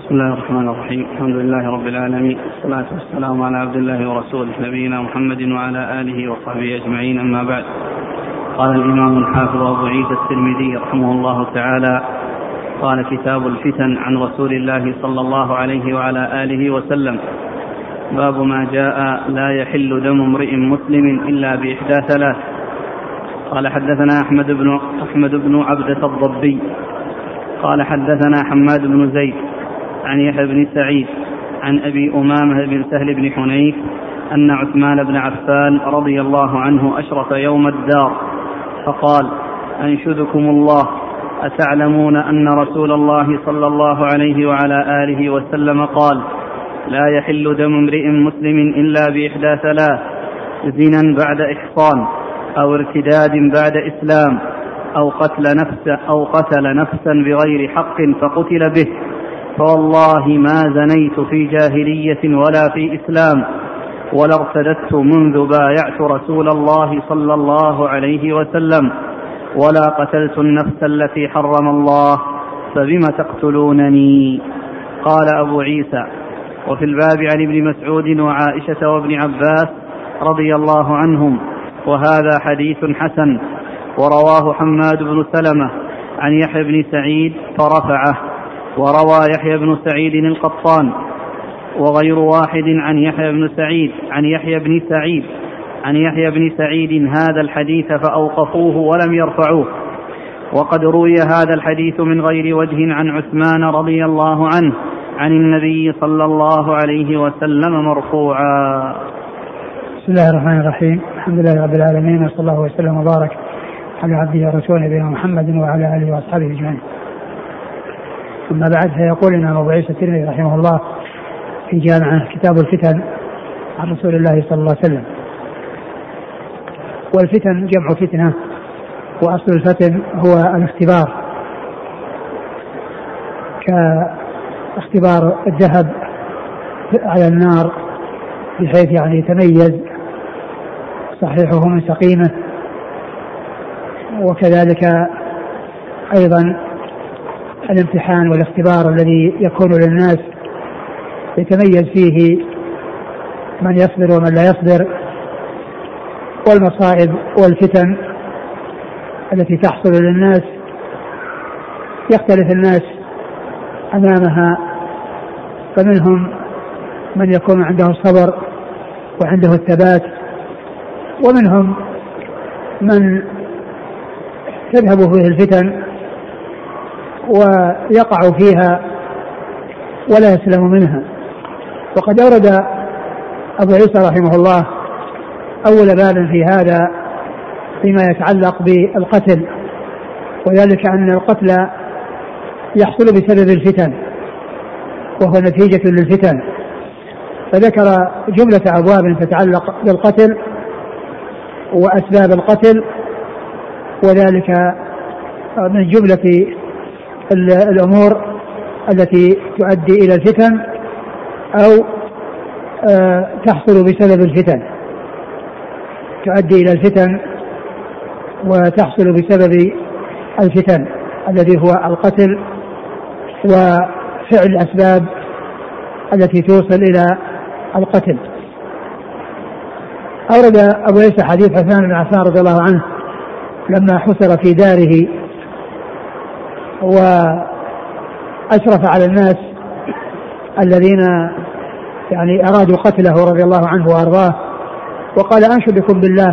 بسم الله الرحمن الرحيم. الحمد لله رب العالمين، والصلاة والسلام على عبد الله ورسوله نبينا محمد وعلى آله وصحبه أجمعين، أما بعد. قال الإمام الحافظ أبو عيسى الترمذي رحمه الله تعالى: قال كتاب الفتن عن رسول الله صلى الله عليه وعلى آله وسلم: باب ما جاء لا يحل دم امرئ مسلم إلا بإحدى ثلاث. قال حدثنا أحمد بن عبدة الضبي قال حدثنا حماد بن زيد عن يحيى بن سعيد عن أبي أمامة بن سهل بن حنيف أن عثمان بن عفان رضي الله عنه أشرف يوم الدار فقال: أنشدكم الله، أتعلمون أن رسول الله صلى الله عليه وعلى آله وسلم قال: لا يحل دم امرئ مسلم إلا بإحدى ثلاث: زنا بعد إحصان، أو ارتداد بعد إسلام، أو قتل نفسا بغير حق فقتل به. فوالله ما زنيت في جاهلية ولا في إسلام، ولا ارتدت منذ بايعت رسول الله صلى الله عليه وسلم، ولا قتلت النفس التي حرم الله، فبم تقتلونني؟ قال أبو عيسى: وفي الباب عن ابن مسعود وعائشة وابن عباس رضي الله عنهم، وهذا حديث حسن. ورواه حماد بن سلمة عن يحيى بن سعيد فرفعه، وروى يحيى بن سعيد القطان وغير واحد عن يحيى بن سعيد هذا الحديث فأوقفوه ولم يرفعوه. وقد روي هذا الحديث من غير وجه عن عثمان رضي الله عنه عن النبي صلى الله عليه وسلم مرفوعا. بسم الله الرحمن الرحيم. الحمد لله رب العالمين، وصلى الله وسلم وبارك على عبده ورسوله نبينا محمد وعلى آله وأصحابه أجمعين. أما بعد، فيقول لنا أبو عيسى الترمذي رحمه الله في جامعه كتاب الفتن عن رسول الله صلى الله عليه وسلم. والفتن جمع فتنة، وأصل الفتن هو الاختبار، كاختبار الذهب على النار بحيث يتميز صحيحه من سقيمه، وكذلك أيضا الامتحان والاختبار الذي يكون للناس يتميز فيه من يصبر ومن لا يصبر. والمصائب والفتن التي تحصل للناس يختلف الناس أمامها، فمنهم من يكون عنده الصبر وعنده الثبات، ومنهم من تذهب فيه الفتن ويقع فيها ولا يسلم منها. وقد أورد أبو عيسى رحمه الله أول باب في هذا فيما يتعلق بالقتل، وذلك أن القتل يحصل بسبب الفتن وهو نتيجة للفتن، فذكر جملة أبواب تتعلق بالقتل وأسباب القتل، وذلك من جملة الأمور التي تؤدي إلى الفتن أو تحصل بسبب الفتن، تؤدي إلى الفتن وتحصل بسبب الفتن الذي هو القتل وفعل الأسباب التي توصل إلى القتل. أورد أبو عيسى حديث عثمان بن عفان رضي الله عنه لما حصر في داره وأشرف على الناس الذين أرادوا قتله رضي الله عنه وأرضاه، وقال: أنشدكم بالله،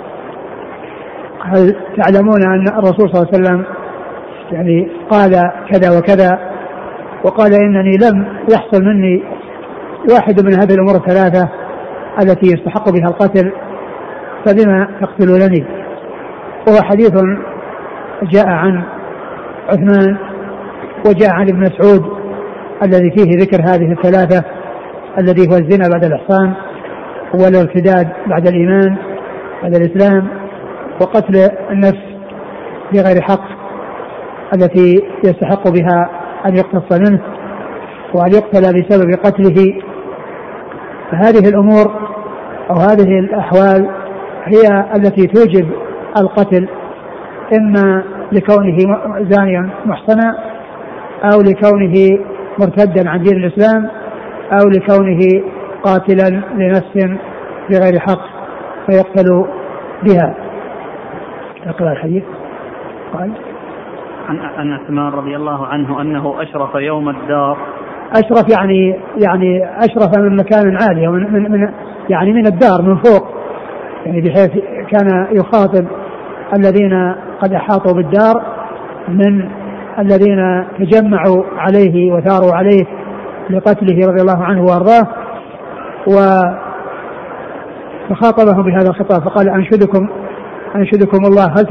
هل تعلمون أن الرسول صلى الله عليه وسلم قال كذا وكذا، وقال: إنني لم يحصل مني واحد من هذه الأمور الثلاثة التي يستحق بها القتل، فبما تقتلونني؟ وهو حديث جاء عن عثمان وجاء عن ابن مسعود الذي فيه ذكر هذه الثلاثة، الذي هو الزنا بعد الإحصان، والارتداد بعد الإيمان بعد الإسلام، وقتل النفس بغير حق التي يستحق بها أن يقتص منه وأن يقتل بسبب قتله. فهذه الأمور أو هذه الأحوال هي التي توجب القتل، إما لكونه زانيا محصنا أو لكونه مرتدا عن دين الإسلام أو لكونه قاتلا لنفس بغير حق فيقتل بها. اقرأ الحديث. قال عن عثمان رضي الله عنه أنه أشرف يوم الدار. أشرف يعني أشرف من مكان عالي من الدار من فوق، يعني بحيث كان يخاطب الذين قد أحاطوا بالدار من الذين تجمعوا عليه وثاروا عليه لقتله رضي الله عنه وأرضاه، فخاطبهم بهذا الخطاب فقال أنشدكم الله هل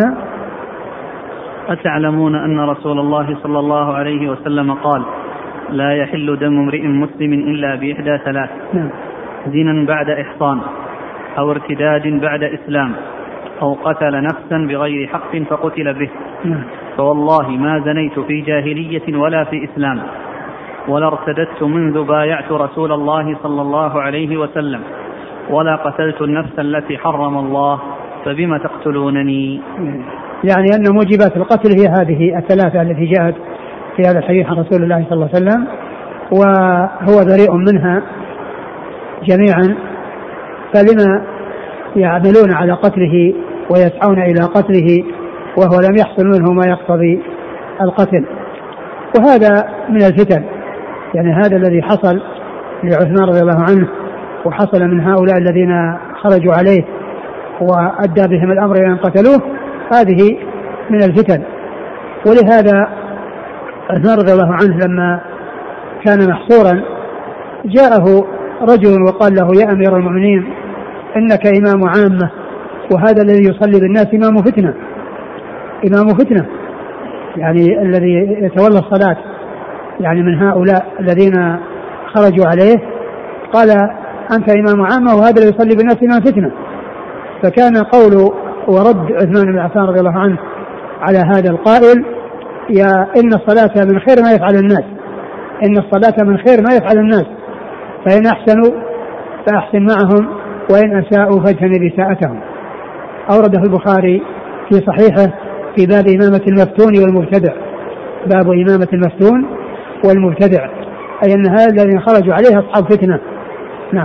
أتعلمون أن رسول الله صلى الله عليه وسلم قال لا يحل دم امرئ مسلم إلا بإحدى ثلاث: زنا بعد إحصان، أو ارتداد بعد إسلام، أو قتل نفسا بغير حق فقتل به. فوالله ما زنيت في جاهلية ولا في إسلام، ولا ارتددت منذ بايعت رسول الله صلى الله عليه وسلم، ولا قتلت النفس التي حرم الله، فبما تقتلونني؟ يعني أن موجبات القتل هي هذه الثلاثة التي جاءت في هذا الحديث عن رسول الله صلى الله عليه وسلم، وهو بريء منها جميعا، فلما يعملون على قتله ويسعون إلى قتله وهو لم يحصل منه ما يقتضي القتل؟ وهذا من الفتن، يعني هذا الذي حصل لعثمان رضي الله عنه وحصل من هؤلاء الذين خرجوا عليه وأدى بهم الأمر إلى أن قتلوه، هذه من الفتن. ولهذا عثمان رضي الله عنه لما كان محصورا جاءه رجل وقال له يا أمير المؤمنين إنك إمام عامة، وهذا الذي يصلي بالناس إمام فتنة، يعني الذي يتولى الصلاة يعني من هؤلاء الذين خرجوا عليه، قال أنت إمام عامة وهذا الذي يصلي بالناس إمام فتنة. فكان قول ورد عثمان بن عفان رضي الله عنه على هذا القائل يا إن الصلاة من خير ما يفعل الناس، إن الصلاة من خير ما يفعل الناس، فإن أحسنوا فأحسن معهم وإن أساءوا فاجتنب إساءتهم. أورده البخاري في صحيحه في باب إمامة المفتون والمبتدع، باب إمامة المفتون والمبتدع، أي أن هذا الذين خرجوا عليه أصحاب فتنة. نعم.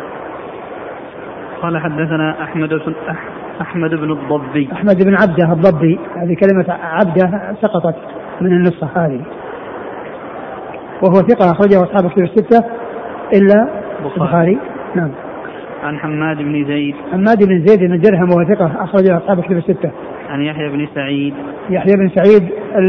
قال حدثنا أحمد بن الضبي. أحمد بن عبده الضبي، هذه كلمة عبده سقطت من النسخة هذه، وهو ثقة أخرجه أصحاب الكتب الستة إلا البخاري. نعم. عن حماد بن زيد. حماد بن زيد بن درهم وهو ثقة أخرجه أصحاب الكتب الستة. عن يحيى بن سعيد. يحيى بن سعيد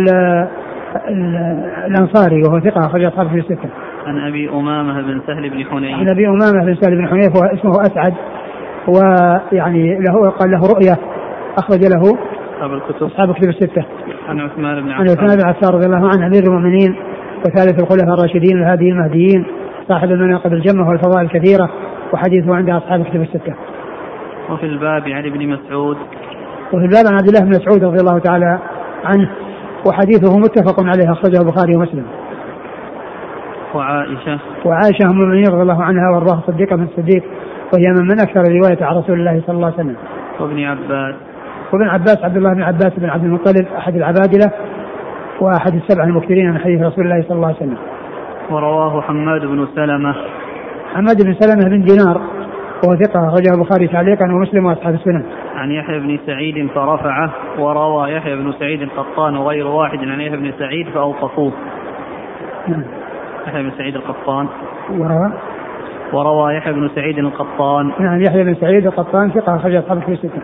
الأنصاري وهو ثقة أخرجه أصحاب الكتب الستة. عن أبي أمامة بن سهل بن حنيف. عن أبي أمامة بن سهل بن حنيف واسمه أسعد، ويعني له قال له رؤية أخرج له أصحاب الكتب الستة. عن عثمان بن عفان رضي الله عنه أمير المؤمنين وثالث الخلفاء الراشدين الهادي المهديين صاحب المناقب الجمة والفضائل الكثيرة، وحديثه عند أصحاب الكتب الستة. وفي الباب عن ابن مسعود. وفي الباب عن عبد الله بن مسعود رضي الله تعالى عنه، وحديثه متفق عليه أخرجه البخاري ومسلم. وعائشة أم المؤمنين رضي الله عنها وارضاها صديقة بنت الصديق، وهي من أكثر رواية عن رسول الله صلى الله عليه وسلم. وابن عباس عبد الله بن عباس بن عبد المطلب أحد العبادلة وأحد السبع المكثرين من حديث رسول الله صلى الله عليه وسلم. ورواه حماد بن سلمة بن دينار وهو ثقة أخرجه البخاري تعليقا ومسلم وأصحاب السنن. عن يحيى بن سعيد فرفعه، وروى يحيى بن سعيد القطان وغير واحد عن يحيى بن سعيد فأوقفوه. يحيى بن سعيد القطان وروى يحيى بن سعيد القطان. نعم. يحيى بن سعيد القطان ثقة أخرجه أصحاب الكتب الستة.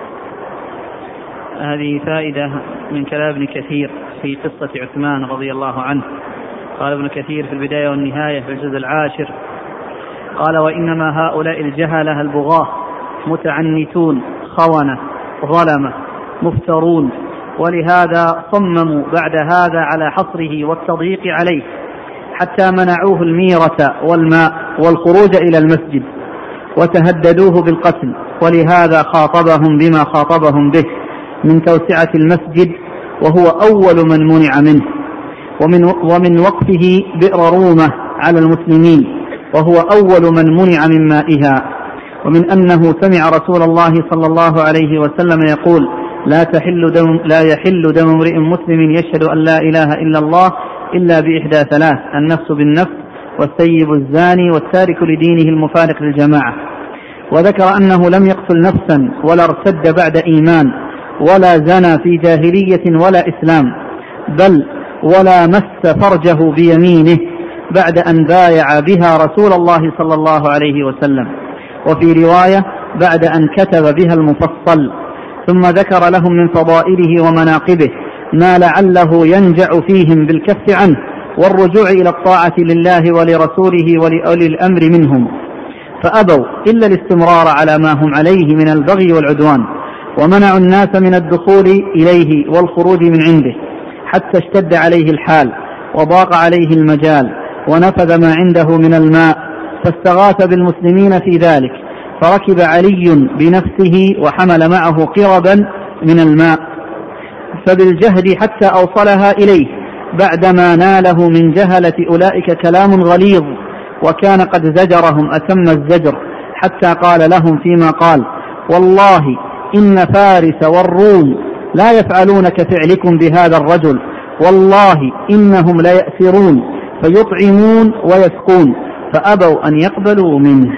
هذه فائدة من كلام ابن كثير في قصة عثمان رضي الله عنه. قال ابن كثير في البداية والنهاية في الجزء 10 قال وإنما هؤلاء الجهلة البغاة متعنتون خونة ظلمة مفترون، ولهذا صمموا بعد هذا على حصره والتضييق عليه حتى منعوه الميرة والماء والخروج إلى المسجد وتهددوه بالقتل، ولهذا خاطبهم بما خاطبهم به من توسعة المسجد وهو أول من منع منه، ومن وقفه بئر رومة على المسلمين وهو أول من منع من مائها، ومن أنه سمع رسول الله صلى الله عليه وسلم يقول لا يحل دم امرئ مسلم يشهد أن لا إله إلا الله إلا بإحدى ثلاث: النفس بالنفس، والثيب الزاني، والتارك لدينه المفارق للجماعة. وذكر أنه لم يقتل نفسا ولا ارتد بعد إيمان ولا زنى في جاهلية ولا إسلام، بل ولا مس فرجه بيمينه بعد أن بايع بها رسول الله صلى الله عليه وسلم، وفي رواية بعد أن كتب بها المفصل. ثم ذكر لهم من فضائله ومناقبه ما لعله ينجع فيهم بالكف عنه والرجوع إلى الطاعة لله ولرسوله ولأولي الأمر منهم، فأبوا إلا الاستمرار على ما هم عليه من البغي والعدوان، ومنعوا الناس من الدخول إليه والخروج من عنده، حتى اشتد عليه الحال وضاق عليه المجال ونفذ ما عنده من الماء، فاستغاث بالمسلمين في ذلك، فركب علي بنفسه وحمل معه قربا من الماء فبالجهد حتى أوصلها إليه، بعدما ناله من جهلة أولئك كلام غليظ، وكان قد زجرهم أتم الزجر، حتى قال لهم فيما قال: والله إن فارس والروم لا يفعلون كفعلكم بهذا الرجل، والله إنهم ليأسرون فيطعمون ويسقون، فأبوا أن يقبلوا منه.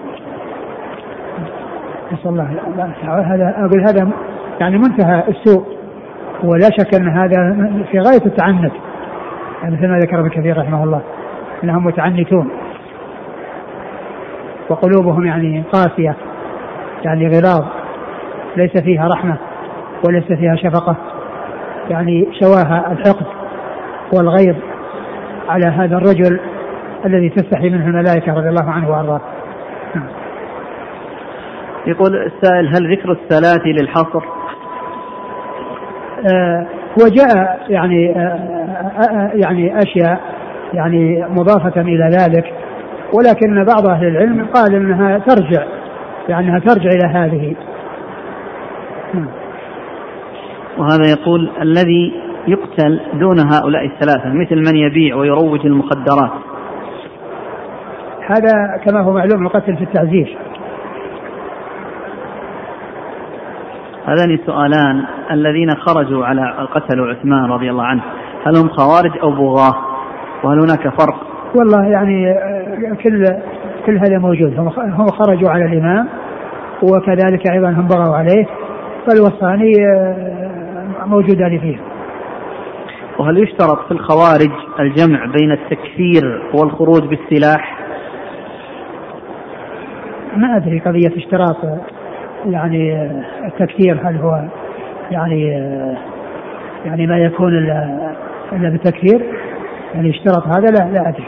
هذا يعني منتهى السوء، ولا شك أن هذا في غاية التعنت، يعني مثل ما ذكر ابن كثير رحمه الله أنهم متعنتون وقلوبهم يعني قاسية، يعني غلاظ، ليس فيها رحمة وليس فيها شفقة، يعني شواها الحقد والغيظ على هذا الرجل الذي تستحي منه الملائكة رضي الله عنه وأرضاه. يقول السائل: هل ذكر الصلاة للحصر؟ وجاء يعني أشياء يعني مضافة إلى ذلك، ولكن بعض أهل العلم قال إنها ترجع إلى هذه. وهذا يقول: الذي يقتل دون هؤلاء الثلاثة مثل من يبيع ويروج المخدرات، هذا كما هو معلوم القتل في التعزير. هذان سؤالان: الذين خرجوا على قتلوا عثمان رضي الله عنه هل هم خوارج أو بغاة؟ وهل هناك فرق؟ والله يعني كل هذا موجود، هم خرجوا على الإمام وكذلك أيضا هم بغوا عليه، فالوصفان موجودان فيه. وهل يشترط في الخوارج الجمع بين التكفير والخروج بالسلاح؟ ما أدري قضية اشتراط يعني التكفير هل هو يعني ما يكون إلا بالتكفير، يعني اشترط هذا لا أدري.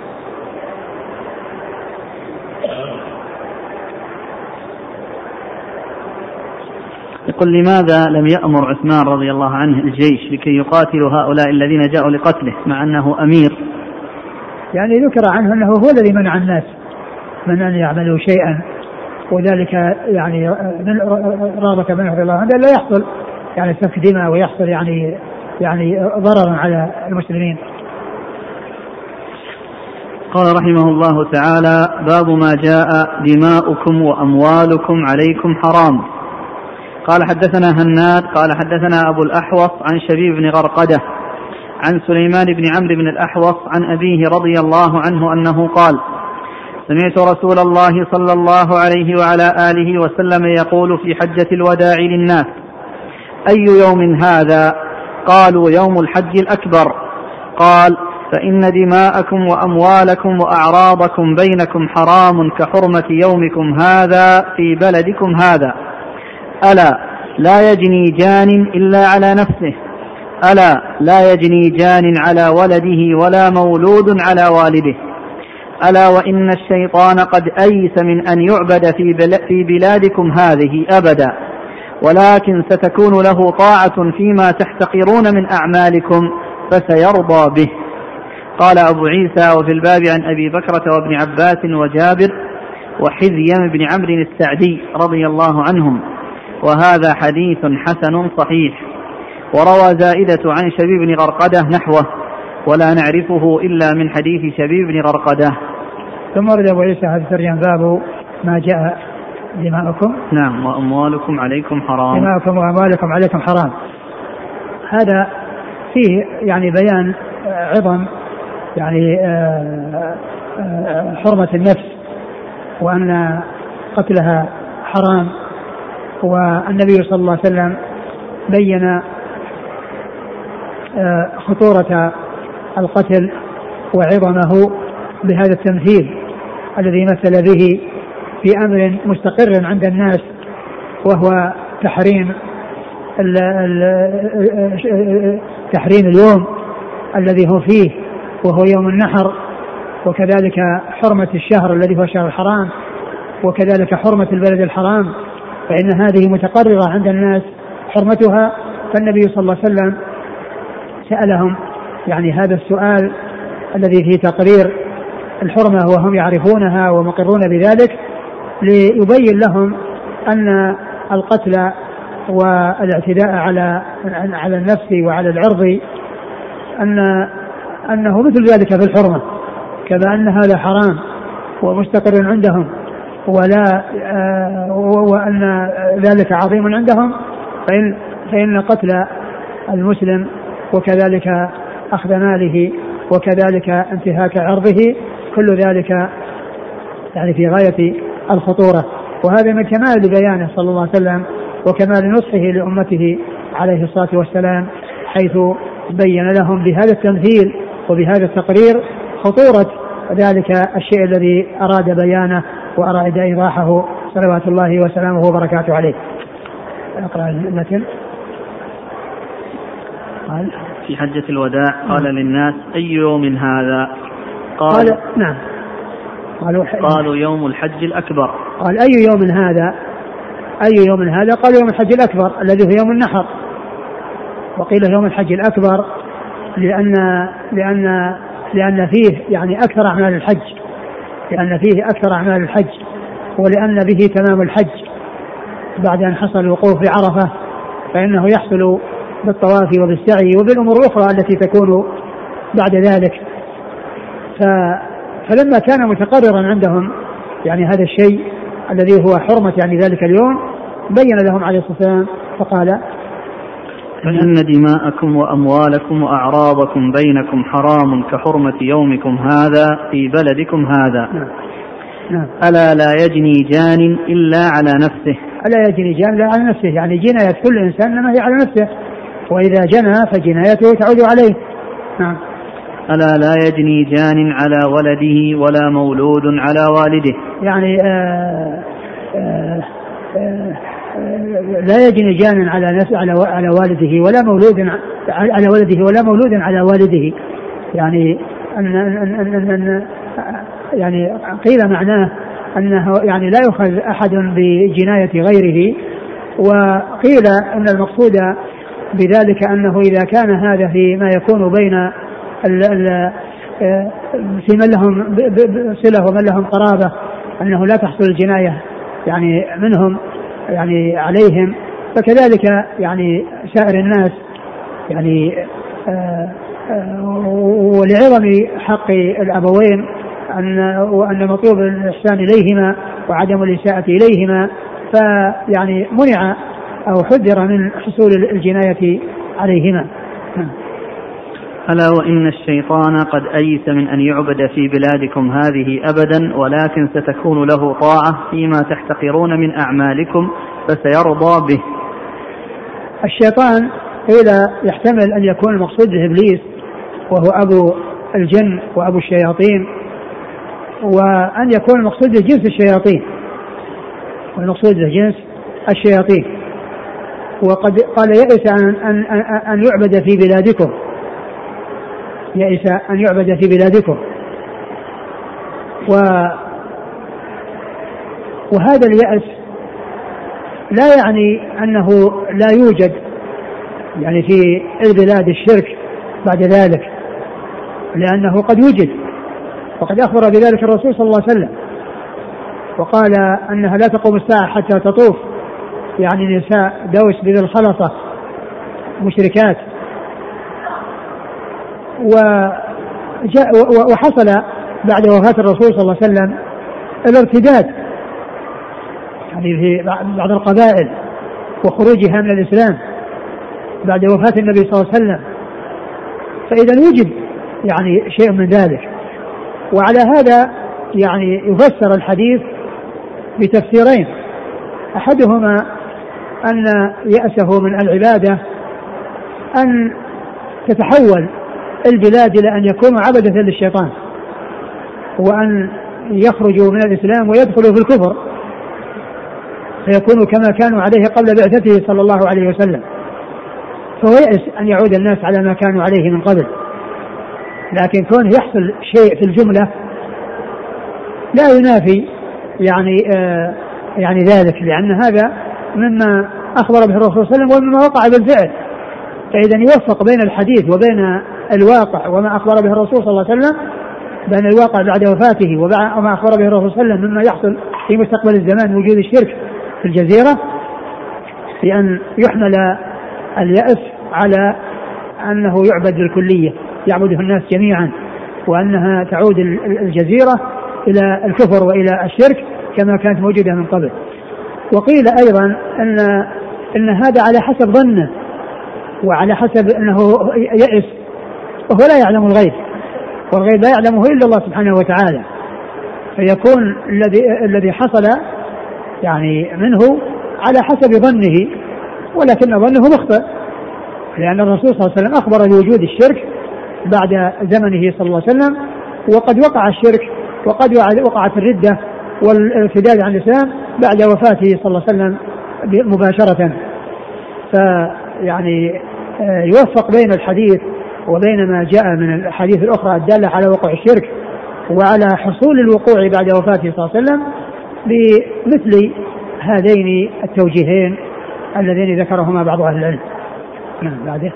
يقول: لماذا لم يأمر عثمان رضي الله عنه الجيش لكي يقاتلوا هؤلاء الذين جاءوا لقتله مع أنه أمير؟ يعني ذكر عنه أنه هو الذي منع الناس من أن يعملوا شيئا، وذلك يعني رغبة منه رضي الله عنه لا يحصل يعني سفك دماء ويحصل يعني ضرر على المسلمين. قال رحمه الله تعالى: باب ما جاء دماؤكم وأموالكم عليكم حرام. قال: حدثنا هناد قال حدثنا أبو الأحوص عن شبيب بن غرقدة عن سليمان بن عمرو بن الأحوص عن أبيه رضي الله عنه أنه قال: سمعت رسول الله صلى الله عليه وعلى آله وسلم يقول في حجة الوداع للناس: أي يوم هذا؟ قالوا: يوم الحج الأكبر. قال: فإن دماءكم وأموالكم وأعراضكم بينكم حرام كحرمة يومكم هذا في بلدكم هذا. ألا لا يجني جان إلا على نفسه، ألا لا يجني جان على ولده ولا مولود على والده، ألا وإن الشيطان قد أيس من أن يعبد في بلادكم هذه أبدا، ولكن ستكون له طاعة فيما تحتقرون من أعمالكم فسيرضى به. قال أبو عيسى: وفي الباب عن أبي بكرة وابن عباس وجابر وحذيم بن عمرو السعدي رضي الله عنهم، وهذا حديث حسن صحيح. وروى زائدة عن شبيب بن غرقدة نحوه، ولا نعرفه إلا من حديث شبيب بن غرقدة. ثم ورد أبو عيسى هذا الترجمة: باب ما جاء دماؤكم نعم وأموالكم عليكم حرام. دماؤكم وأموالكم عليكم حرام. هذا فيه يعني بيان عظم يعني حرمة النفس وأن قتلها حرام. والنبي صلى الله عليه وسلم بين خطورة القتل وعظمه بهذا التمثيل الذي مثل به في أمر مستقر عند الناس، وهو تحريم اليوم الذي هم فيه وهو يوم النحر، وكذلك حرمة الشهر الذي هو شهر الحرام، وكذلك حرمة البلد الحرام، فإن هذه متقررة عند الناس حرمتها. فالنبي صلى الله عليه وسلم سألهم يعني هذا السؤال الذي فيه تقرير الحرمة وهم يعرفونها ومقرون بذلك، ليبين لهم أن القتل والاعتداء على النفس وعلى العرض أنه مثل ذلك في الحرمة، كما أن هذا حرام ومستقر عندهم وأن ذلك عظيم عندهم، فإن قتل المسلم وكذلك أخذ ماله وكذلك انتهاك عرضه كل ذلك يعني في غاية الخطورة. وهذا من كمال بيانه صلى الله عليه وسلم وكمال نصحه لأمته عليه الصلاة والسلام، حيث بين لهم بهذا التمثيل وبهذا التقرير خطورة ذلك الشيء الذي أراد بيانه وأراد إيضاحه صلوات الله وسلامه وبركاته عليه. أقرأ المتن. قال في حجة الوداع قال للناس أي يوم هذا؟ قال نعم، قالوا يوم الحج الأكبر. قال أي يوم هذا؟ أي يوم هذا؟ قال يوم الحج الأكبر الذي هو يوم النحر. وقيل يوم الحج الأكبر لأن فيه يعني أكثر أعمال الحج، لأن فيه أكثر أعمال الحج، ولأن به تمام الحج بعد أن حصل الوقوف في عرفة، فإنه يحصل بالطواف وبالسعي وبالأمور الأخرى التي تكون بعد ذلك. فلما كان متقررا عندهم يعني هذا الشيء الذي هو حرمة يعني ذلك اليوم، بين لهم عليه الصلاة والسلام فقال فإن دماءكم وأموالكم وأعراضكم بينكم حرام كحرمة يومكم هذا في بلدكم هذا. نعم. ألا لا يجني جان إلا على نفسه. ألا يجني جان إلا على نفسه، يعني جناية كل إنسان ما هي على نفسه، وإذا جنى فجنايته تعود عليه. نعم. ألا لا يجني جان على ولده ولا مولود على والده، يعني لا يجني جان على والده ولا مولود على ولده ولا مولود على والده، يعني أن يعني قيل معناه أنه يعني لا يؤخذ أحد بجناية غيره، وقيل أن المقصود بذلك أنه إذا كان هذا فيما يكون بين في من لهم صلة ومن لهم قرابة أنه لا تحصل الجناية يعني منهم يعني عليهم، فكذلك يعني سائر الناس يعني ولعظم حق الأبوين وأن مطلوب الإحسان إليهما وعدم الإساءة إليهما، فيعني منع أو حذر من حصول الجناية عليهما. ألا وإن الشيطان قد أيس من أن يعبد في بلادكم هذه أبدا، ولكن ستكون له طاعة فيما تحتقرون من أعمالكم فسيرضى به. الشيطان قيل يحتمل أن يكون المقصود به إبليس وهو أبو الجن وأبو الشياطين، وأن يكون المقصود به جنس الشياطين، والمقصود به جنس الشياطين. وقد قال يئس أن يعبد في بلادكم، يئس أن يعبد في بلادكم. وهذا اليأس لا يعني أنه لا يوجد يعني في البلاد الشرك بعد ذلك، لأنه قد يوجد، وقد أخبر بذلك الرسول صلى الله عليه وسلم وقال أنها لا تقوم الساعة حتى تطوف يعني نساء دوس بذي الخلطة مشركات. وحصل بعد وفاة الرسول صلى الله عليه وسلم الارتداد يعني في بعض القبائل وخروجها من الإسلام بعد وفاة النبي صلى الله عليه وسلم. فإذا يعني شيء من ذلك. وعلى هذا يعني يفسر الحديث بتفسيرين، أحدهما أن يأسه من العبادة أن تتحول البلاد إلى أن يكونوا عبدة للشيطان، وأن يخرجوا من الإسلام ويدخلوا في الكفر فيكونوا كما كانوا عليه قبل بعثته صلى الله عليه وسلم، فهو يأس أن يعود الناس على ما كانوا عليه من قبل. لكن كونه يحصل شيء في الجملة لا ينافي يعني ذلك، لأن هذا مما أخبر به الرسول صلى الله عليه وسلم ومما وقع بالفعل. فإذا يوفق بين الحديث وبين الواقع وما أخبر به الرسول صلى الله عليه وسلم، بين الواقع بعد وفاته وما أخبر به الرسول صلى الله عليه وسلم مما يحصل في مستقبل الزمان وجود الشرك في الجزيرة، بأن يحمل اليأس على أنه يعبد بالكلية، يعبده الناس جميعا، وأنها تعود الجزيرة إلى الكفر وإلى الشرك كما كانت موجودة من قبل. وقيل أيضا أن هذا على حسب ظنه وعلى حسب أنه يأس وهو لا يعلم الغيب، والغيب لا يعلمه إلا الله سبحانه وتعالى، فيكون الذي حصل يعني منه على حسب ظنه، ولكن ظنه مخطئ، لأن الرسول صلى الله عليه وسلم أخبر بوجود الشرك بعد زمنه صلى الله عليه وسلم، وقد وقع الشرك وقد وقعت الردة والارتداد عن الإسلام بعد وفاته صلى الله عليه وسلم مباشرة. فيعني يوفق بين الحديث وبين ما جاء من الحديث الأخرى الدالة على وقوع الشرك وعلى حصول الوقوع بعد وفاته صلى الله عليه وسلم بمثل هذين التوجيهين اللذين ذكرهما بعض أهل العلم. بعده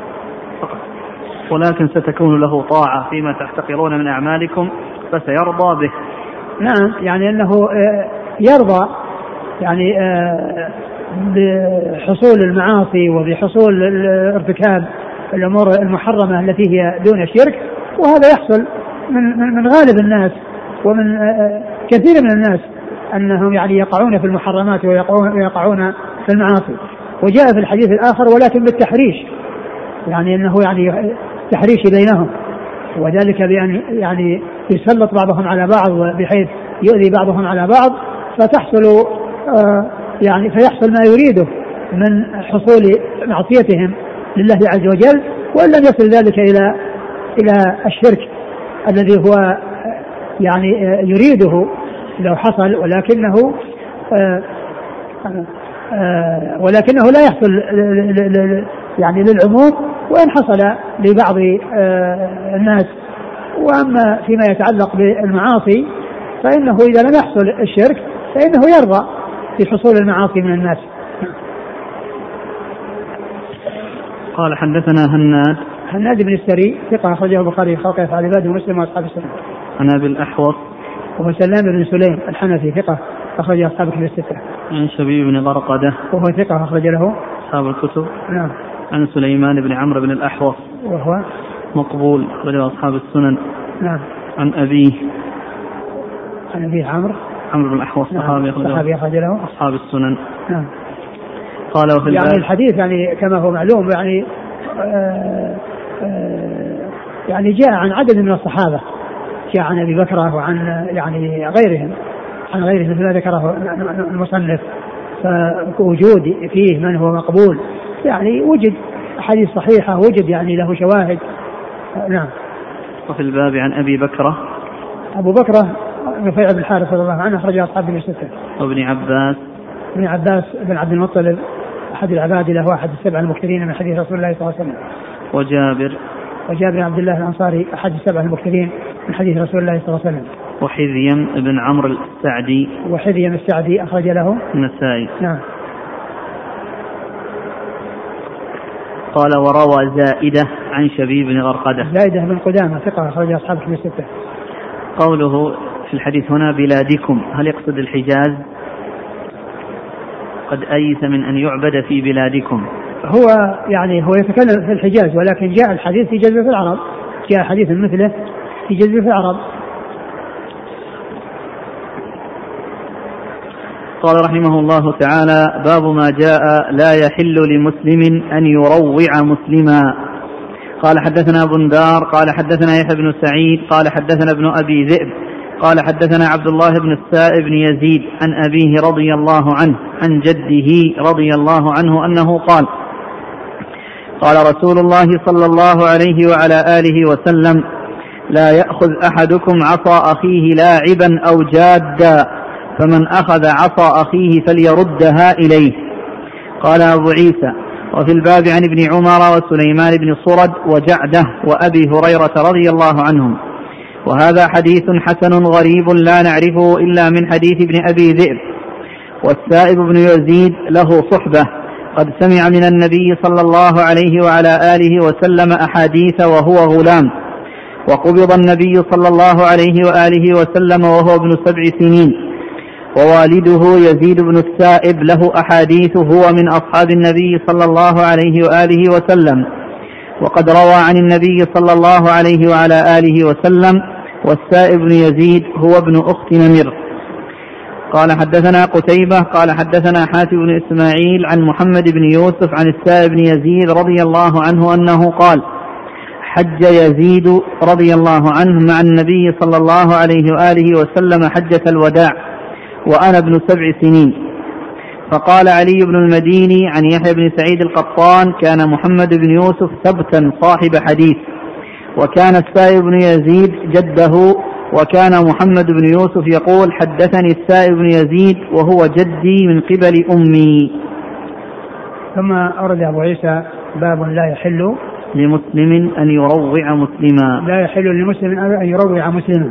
ولكن ستكون له طاعة فيما تحتقرون من أعمالكم فسيرضى به. نعم، يعني أنه يرضى يعني بحصول المعاصي وبحصول ارتكاب الأمور المحرمة التي هي دون الشرك، وهذا يحصل من غالب الناس ومن كثير من الناس أنهم يعني يقعون في المحرمات ويقعون في المعاصي. وجاء في الحديث الآخر ولكن بالتحريش، يعني أنه يعني تحريش بينهم، وذلك بأن يعني يسلط بعضهم على بعض بحيث يؤذي بعضهم على بعض، فتحصل يعني فيحصل ما يريده من حصول معصيتهم لله عز وجل، وإن لم يصل ذلك إلى الشرك الذي هو يعني يريده لو حصل، ولكنه لا يحصل يعني للعموم، وإن حصل لبعض الناس. وأما فيما يتعلق بالمعاصي فإنه إذا لم يحصل الشرك فإنه يرضى في حصول المعاصي من الناس. قال حدثنا هناد بن السري ثقة أخرجه البخاري في خلق أفعال العباد ومسلم وأصحاب السنة. عن أبي الأحوص وهو سلام بن سليم الحنفي ثقة أخرج أصحاب الكتب الستة. عن شبيب بن غرقدة وهو ثقة أخرج له أصحاب الكتب. نعم. عن سليمان بن عمرو بن الأحوص وهو مقبول أخرج أصحاب السنن. نعم. عن أبيه عمرو بن الأحوص صحابي أخرج له أصحاب السنن. نعم. قال وفي يعني الحديث يعني كما هو معلوم يعني جاء عن عدد من الصحابة، جاء عن أبي بكر وعن يعني غيرهم مثل ذكره المصنف، فوجود فيه من هو مقبول يعني وجد حديث صحيحة، وجد يعني له شواهد. نعم. وفي الباب عن أبي بكر أبو بكر رفيع بن الحارث رضي الله عنه أخرج أصحاب الستة. وابن عباس بن عبد المطلب أحد العباد له واحد السبع المكثرين من حديث رسول الله صلى الله عليه وسلم. وجابر بن عبد الله الأنصاري أحد السبع المكثرين من حديث رسول الله صلى الله عليه وسلم. وحذيم بن عمرو السعدي أخرج له النسائي. نعم. قال وروى زائدة عن شبيب بن غرقدة. زائدة بن قدامة ثقة أخرج أصحاب الكتب الستة. قوله في الحديث هنا بلادكم، هل يقصد الحجاز؟ قد أيس من أن يعبد في بلادكم. هو يعني هو يتكلم في الحجاز، ولكن جاء الحديث في جزيرة العرب، جاء حديث مثله في جزيرة العرب. قال رحمه الله تعالى: باب ما جاء لا يحل لمسلم أن يروع مسلما. قال حدثنا بندار قال حدثنا يحيى بن سعيد قال حدثنا ابن أبي ذئب قال حدثنا عبد الله بن السائب بن يزيد عن أبيه رضي الله عنه عن جده رضي الله عنه أنه قال قال رسول الله صلى الله عليه وعلى آله وسلم لا يأخذ أحدكم عصا أخيه لاعبا أو جادا فمن أخذ عصا أخيه فليردها إليه. قال أبو عيسى وفي الباب عن ابن عمر وسليمان بن صرد وجعده وأبي هريرة رضي الله عنهم. وهذا حديث حسن غريب لا نعرفه إلا من حديث ابن أبي ذئب. والسائب بن يزيد له صحبة قد سمع من النبي صلى الله عليه وعلى آله وسلم أحاديث وهو غلام، وقبض النبي صلى الله عليه وآله وسلم وهو ابن 7 سنين، ووالده يزيد بن السائب له أحاديث هو من أصحاب النبي صلى الله عليه وآله وسلم، وقد روى عن النبي صلى الله عليه وعلى آله وسلم. والسائب بن يزيد هو ابن أخت نمر. قال حدثنا قتيبة قال حدثنا حاتم بن إسماعيل عن محمد بن يوسف عن السائب بن يزيد رضي الله عنه أنه قال حج يزيد رضي الله عنه مع النبي صلى الله عليه وآله وسلم حجة الوداع وأنا ابن 7 سنين. فقال علي بن المديني عن يحيى بن سعيد القطان كان محمد بن يوسف ثبتا صاحب حديث، وكان السائب بن يزيد جده، وكان محمد بن يوسف يقول حدثني السائب بن يزيد وهو جدي من قبل أمي. ثم أورد أبو عيسى باب لا يحل لمسلم أن يروع مسلما. لا يحل لمسلم أن يروع مسلما.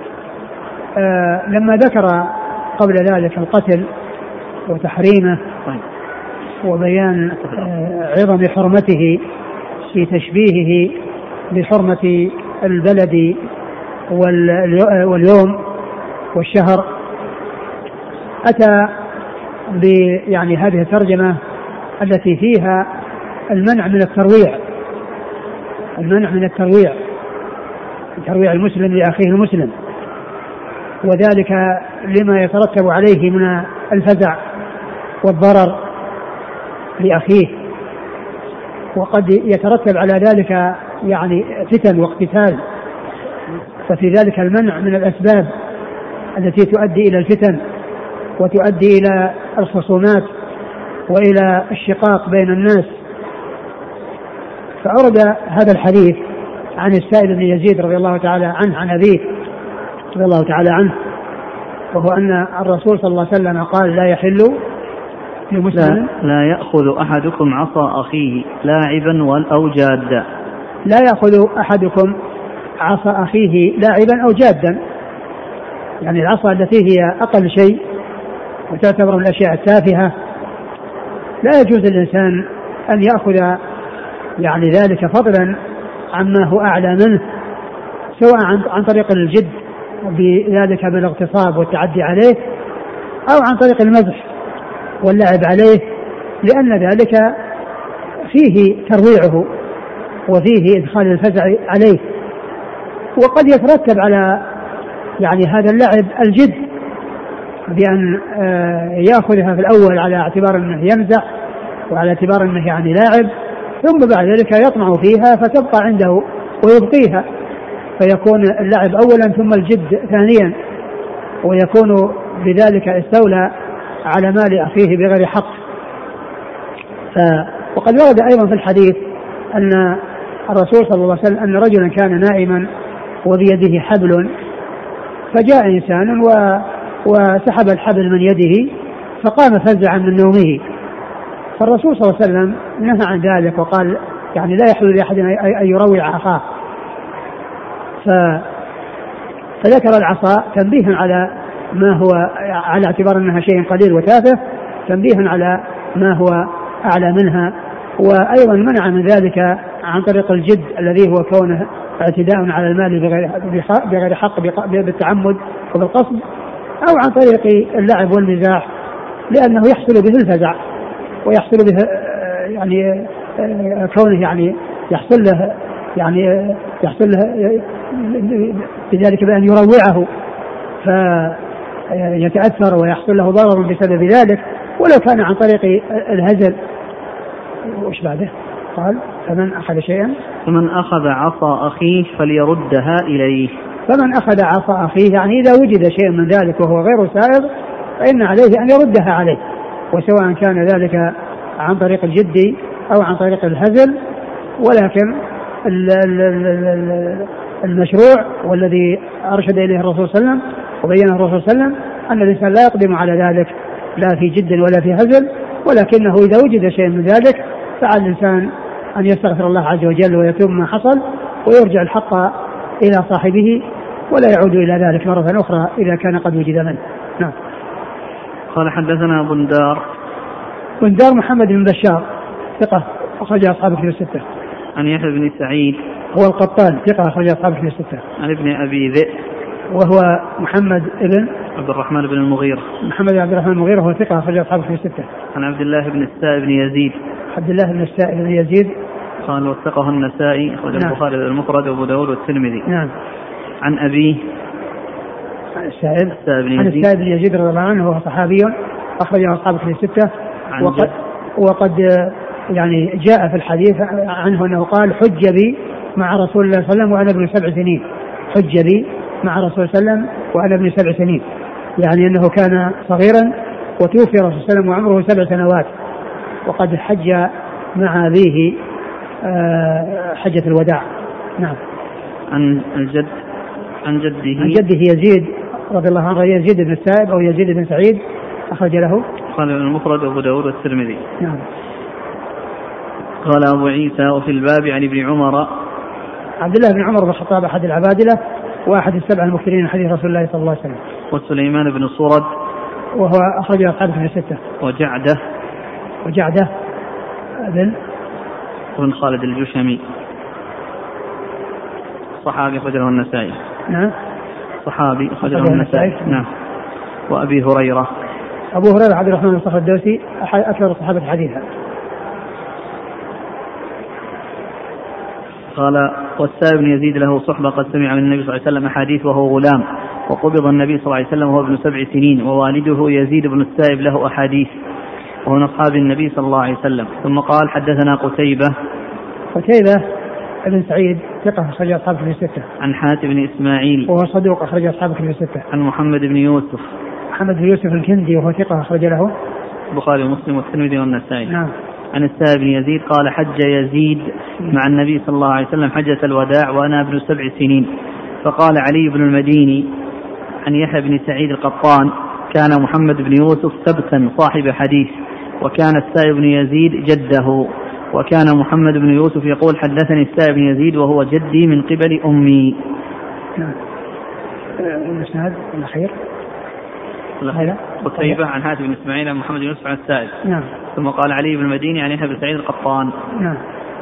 لما ذكر قبل ذلك القتل وتحريمه وبيان عظم حرمته في تشبيهه بحرمة البلد واليوم والشهر، أتى يعني هذه الترجمة التي فيها المنع من الترويع، المنع من الترويع، ترويع المسلم لأخيه المسلم، وذلك لما يترتب عليه من الفزع والضرر لأخيه، وقد يترتب على ذلك يعني فتن واقتتال، ففي ذلك المنع من الأسباب التي تؤدي إلى الفتن وتؤدي إلى الخصومات وإلى الشقاق بين الناس. فأورد هذا الحديث عن السائب بن يزيد رضي الله تعالى عنه عن أبيه رضي الله تعالى عنه، وهو أن الرسول صلى الله عليه وسلم قال لا يحل لمسلم لا يأخذ أحدكم عصا أخيه لاعبا أو جادا. لا يأخذ أحدكم عصا أخيه لاعبا أو جادا، يعني العصا التي هي أقل شيء وتعتبر من الأشياء التافهة لا يجوز للإنسان أن يأخذ يعني ذلك فضلا عما هو أعلى منه، سواء عن طريق الجد بذلك بالاغتصاب والتعدي عليه أو عن طريق المزح واللعب عليه، لأن ذلك فيه ترويعه وفيه إدخال الفزع عليه. وقد يترتب على يعني هذا اللعب الجد بأن يأخذها في الأول على اعتبار أنه يمزح وعلى اعتبار أنه يعني لاعب، ثم بعد ذلك يطمع فيها فتبقى عنده ويبقيها، فيكون اللعب أولا ثم الجد ثانيا، ويكون بذلك استولى على مال أخيه بغير حق. وقد ورد أيضا في الحديث أن الرسول صلى الله عليه وسلم أن رجلا كان نائما وبيده حبل، فجاء إنسان وسحب الحبل من يده فقام فزعا من نومه، فالرسول صلى الله عليه وسلم نهى عن ذلك وقال يعني لا يحل لأحد أن يروع أخاه، فذكر العصا تنبيها على ما هو على اعتبار أنها شيء قليل وتافه، تنبيها على ما هو أعلى منها، وأيضا منع من ذلك عن طريق الجد الذي هو كونه اعتداء على المال بغير حق بالتعمد وبالقصد، أو عن طريق اللعب والمزاح لأنه يحصل به الفزع ويحصل به يعني كونه يعني يحصل له بذلك بأن يروعه فيتأثر ويحصل له ضرر بسبب ذلك، ولو كان عن طريق الهزل. وش بعده؟ قال فمن أخذ شيئا فمن أخذ عصا أخيه فليردها إليه. فمن أخذ عصا أخيه يعني إذا وجد شيء من ذلك وهو غير سائغ فإن عليه أن يردها عليه، وسواء كان ذلك عن طريق الجد أو عن طريق الهزل. ولكن المشروع والذي أرشد إليه الرسول صلى الله عليه وسلم وبينه الرسول صلى الله عليه وسلم أن الإنسان لا يقدم على ذلك لا في جد ولا في هزل، ولكنه إذا وجد شيء من ذلك فعلى الإنسان أن يستغفر الله عز وجل ويتوب ما حصل ويرجع الحق إلى صاحبه ولا يعود إلى ذلك مرة أخرى إذا كان قد وجد منه. نعم. قال حدثنا بندار محمد بن بشار ثقة أخرج أصحاب الكتب الستة. عن يحيى بن سعيد هو القطان ثقة أخرج أصحاب الكتب الستة. عن ابن أبي ذئب وهو محمد بن عبد الرحمن بن المغيرة وهو ثقة أخرج أصحاب الكتب الستة. عن عبد الله بن السائب بن يزيد قال وثقه النسائي أخرج البخاري المفرد وأبو داود والترمذي. نعم. عن أبيه السائب بن يزيد رضي الله عنه وهو صحابي أخرج أصحاب الكتب الستة. وقد يعني جاء في الحديث عنه أنه قال حج بي مع رسول الله صلى الله عليه وسلم وأنا ابن 7 سنين. حج بي مع رسول الله صلى الله عليه وسلم وأنا ابن 7 سنين، يعني أنه كان صغيرا وتوفي رسول الله صلى الله عليه وسلم وعمره 7 سنوات، وقد حج مع أبيه حجة الوداع. نعم. عن جده يزيد رضي الله عنه يزيد بن السائب أو يزيد بن سعيد أخرج له قال المفرد وأبو داود والترمذي. نعم. قال أبو عيسى وفي الباب عن ابن عمر عبد الله بن عمر بن الخطاب أحد العبادلة وأحد السبع المكثرين من حديث رسول الله صلى الله عليه وسلم. وسليمان بن صرد وهو أخرج أصحابه في الستة. وجعدة بن خالد الجشمي صحابي أخرجه النسائي. نعم. صحابي أخرجه النسائي. نعم. وأبي هريرة عبد الرحمن بن صخر الدوسي أكثر الصحابة حديثا. قال والسائب بن يزيد له صحبة قد سمع من النبي صلى الله عليه وسلم أحاديث وهو غلام، وقبض النبي صلى الله عليه وسلم وهو ابن 7 سنين، ووالده يزيد بن السائب له أحاديث وهو من أصحاب النبي صلى الله عليه وسلم. ثم قال حدثنا قتيبة بن سعيد ثقة أخرج أصحابه في الستة. عن حاتم بن إسماعيل وهو صدوق أخرج أصحابه في الستة. عن محمد بن يوسف الكندي وهو ثقة أخرج له البخاري ومسلم والترمذي والنسائي. نعم. عن السائب بن يزيد قال حج يزيد مع النبي صلى الله عليه وسلم حجة الوداع وأنا ابن 7 سنين. فقال علي بن المديني عن يحيى بن سعيد القطان كان محمد بن يوسف سبتا صاحب حديث، وكان السائب بن يزيد جده، وكان محمد بن يوسف يقول حدثني السائب بن يزيد وهو جدي من قبل أمي. نعم. الإسناد الأخير قتيبة عن حاتم بن إسماعيل عن محمد بن يوسف عن السائب. نعم. ثم قال علي بن المديني عن يحيى بن سعيد القطان. نعم.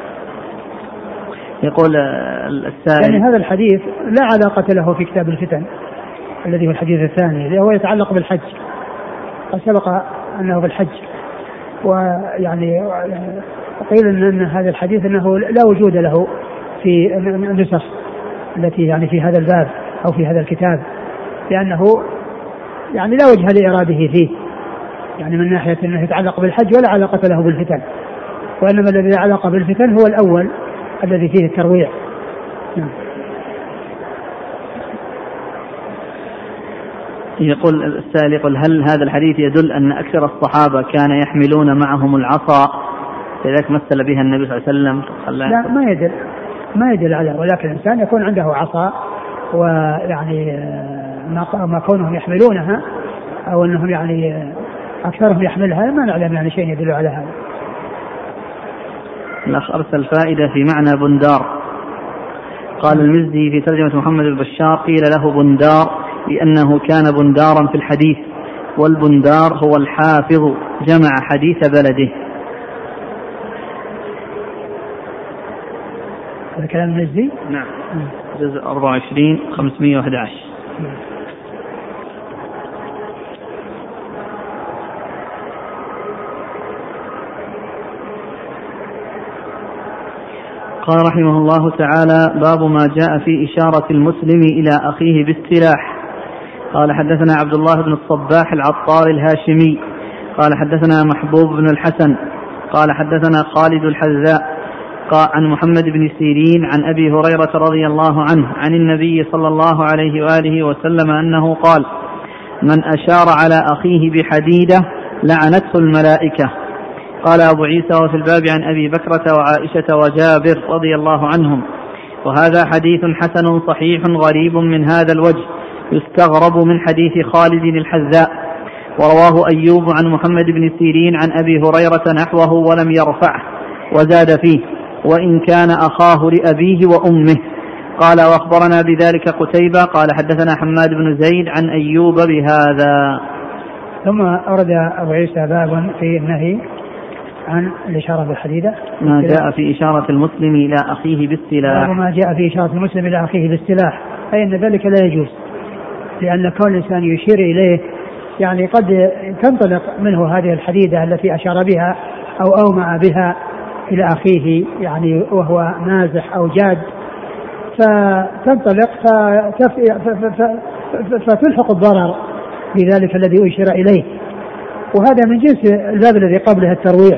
يقول السائل يعني هذا الحديث لا علاقة له في كتاب الفتن الذي هو الحديث الثاني اللي هو يتعلق بالحج، قد سبق أنه بالحج، ويعني قيل أن هذا الحديث أنه لا وجود له في النسخ التي يعني في هذا الباب أو في هذا الكتاب، لأنه يعني لا وجه لإراده فيه، يعني من ناحية أنه يتعلق بالحج ولا علاقة له بالفتن، وإنما الذي علاقة بالفتن هو الأول الذي فيه الترويع. يقول السائل هل هذا الحديث يدل أن أكثر الصحابة كان يحملون معهم العصا لذلك مثل بها النبي صلى الله عليه وسلم؟ لا ما يدل على، ولكن الإنسان يكون عنده عصا ويعني ما كونهم يحملونها أو أنهم يعني أكثرهم يحملها ما نعلم يعني شيء يدل على هذا. الأخ أرسل فائدة في معنى بندار. قال المزي في ترجمة محمد البشار قيل له بندار لأنه كان بندارا في الحديث، والبندار هو الحافظ جمع حديث بلده. هذا كلام المزي؟ نعم. جزء 24 511. قال رحمه الله تعالى باب ما جاء في إشارة المسلم إلى أخيه بالسلاح. قال حدثنا عبد الله بن الصباح العطار الهاشمي قال حدثنا محبوب بن الحسن قال حدثنا خالد الحذاء عن محمد بن سيرين عن أبي هريرة رضي الله عنه عن النبي صلى الله عليه وآله وسلم أنه قال: من أشار على أخيه بحديدة لعنته الملائكة. قال أبو عيسى: وفي الباب عن أبي بكرة وعائشة وجابر رضي الله عنهم. وهذا حديث حسن صحيح غريب من هذا الوجه، يستغرب من حديث خالد الحذاء. ورواه أيوب عن محمد بن سيرين عن أبي هريرة نحوه ولم يرفعه، وزاد فيه: وإن كان أخاه لأبيه وأمه. قال: وأخبرنا بذلك قتيبة قال: حدثنا حماد بن زيد عن أيوب بهذا. ثم أورد أبو عيسى بابا في النهي عن الإشارة بالحديدة، ما جاء في إشارة المسلم إلى أخيه بالسلاح. وما جاء في إشارة المسلم إلى أخيه بالسلاح، أي أن ذلك لا يجوز، لأن كون الإنسان يشير إليه يعني قد تنطلق منه هذه الحديدة التي أشار بها أو أومأ بها إلى أخيه يعني وهو مازح أو جاد، فتنطلق فتلحق الضرر بذلك الذي أشير إليه. وهذا من جنس الباب الذي قبله الترويع،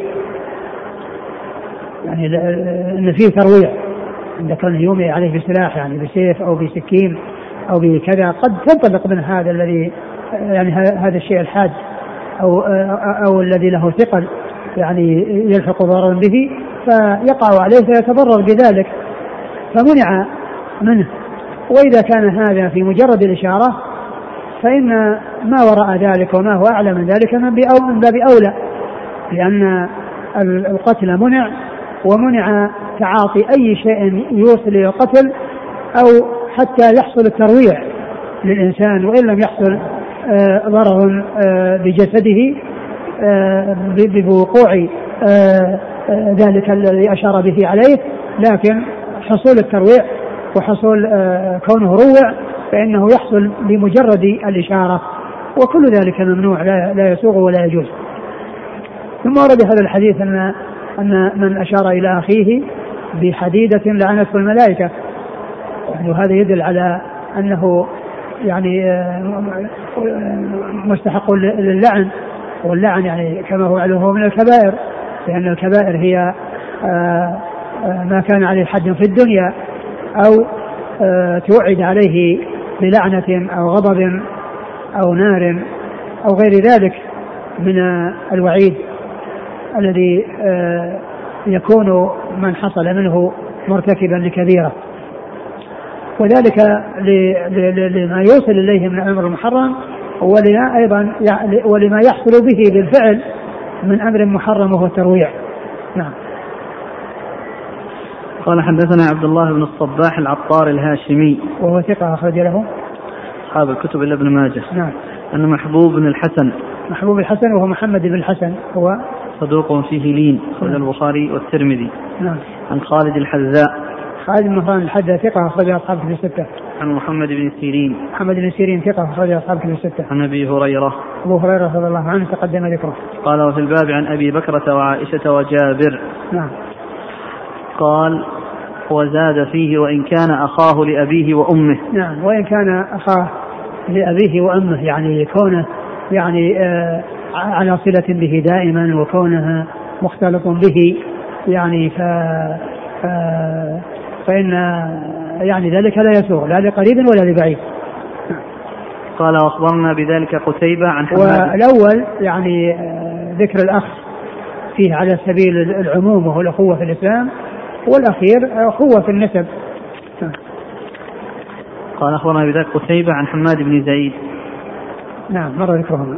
يعني أن فيه ترويع عند كونه يومئ عليه بسلاح يعني بسيف أو بسكين أو بكذا، قد تنطلق من هذا الذي يعني هذا الشيء الحاد أو الذي له ثقل يعني يلحق ضررا به فيقع عليه فيتضرر بذلك، فمنع منه. وإذا كان هذا في مجرد الإشارة فإن ما وراء ذلك وما هو أعلى من ذلك من باب أولى، لأن القتل منع، ومنع تعاطي أي شيء يوصل إلى القتل أو حتى يحصل الترويع للإنسان وإن لم يحصل ضرر بجسده بوقوع ذلك الذي أشار به عليه، لكن حصول الترويع وحصول كونه روع فإنه يحصل بمجرد الإشارة، وكل ذلك ممنوع لا يسوغ ولا يجوز. ثم ورد هذا الحديث أن من أشار إلى أخيه بحديدة لعنته الملائكة، وهذا يدل على أنه يعني مستحق للعن، واللعن يعني كما هو علمه من الكبائر، لأن الكبائر هي ما كان عليه حد في الدنيا أو توعد عليه بلعنة أو غضب أو نار أو غير ذلك من الوعيد الذي يكون من حصل منه مرتكبا لكبيرة، وذلك لما يوصل إليه من الأمر المحرم، ولما أيضا ولما يحصل به بالفعل من أمر محرم وهو الترويع. نعم. قال: حدثنا عبد الله بن الصباح العطار الهاشمي وهو ثقة أخرج له أصحاب الكتب إلا ابن ماجه. نعم. أن محبوب بن الحسن وهو محمد بن الحسن هو صدوق فيه لين، أخرج البخاري والترمذي. نعم. عن خالد الحذاء الحذاء ثقة أخرج أصحاب الكتب الستة. عن محمد بن سيرين ثقة أخرج أصحاب الكتب الستة. عن أبي هريرة رضي الله عنه تقدم ذكره. قال: وفي الباب عن أبي بكرة وعائشة وجابر. نعم. قال: وزاد فيه: وإن كان أخاه لأبيه وأمه. نعم. وإن كان أخاه لأبيه وأمه، يعني كونه يعني على صلة به دائما وكونه مختلط به يعني فإن يعني ذلك لا يسوغ لا لقريب ولا لبعيد. قال: وأخبرنا بذلك قتيبة عن حماد. والأول يعني ذكر الأخ فيه على سبيل العموم وهو الأخوة في الإسلام، والأخير أخوة في النسب. قال: أخبرنا بذلك قتيبة عن حماد بن زيد. نعم، مر ذكرهم.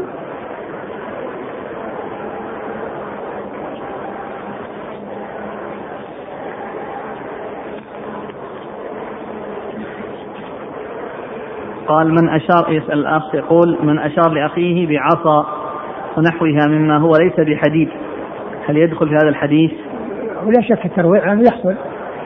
قال: من أشار، يسأل الأخ يقول: من أشار لأخيه بعصا ونحوها مما هو ليس بحديد، هل يدخل في هذا الحديث؟ ولا شك الترويع يعني يحصل،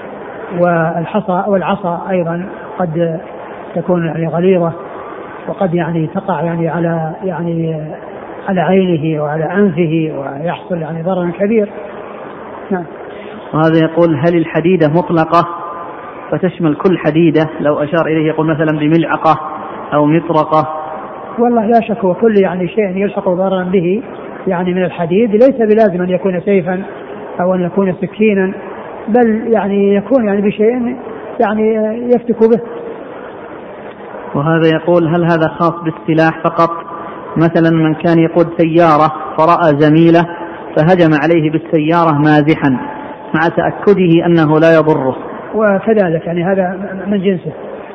والعصا أيضا قد تكون يعني غليظة، وقد يعني تقع يعني على عينه وعلى أنفه ويحصل يعني ضرر كبير. نعم. وهذا يقول: هل الحديدة مطلقة فتشمل كل حديدة؟ لو أشار إليه يقول مثلا بملعقة أو مطرقة. والله لا شك، وكل يعني شيء يلحق ضررا به يعني من الحديد ليس بلازم أن يكون سيفا أو أن يكون سكينا، بل يعني يكون يعني بشيء يعني يفتك به. وهذا يقول هل هذا خاص بالسلاح فقط؟ مثلا من كان يقود سيارة فرأى زميله فهجم عليه بالسيارة مازحا مع تأكده أنه لا يضره. وكذلك يعني هذا من جنسه،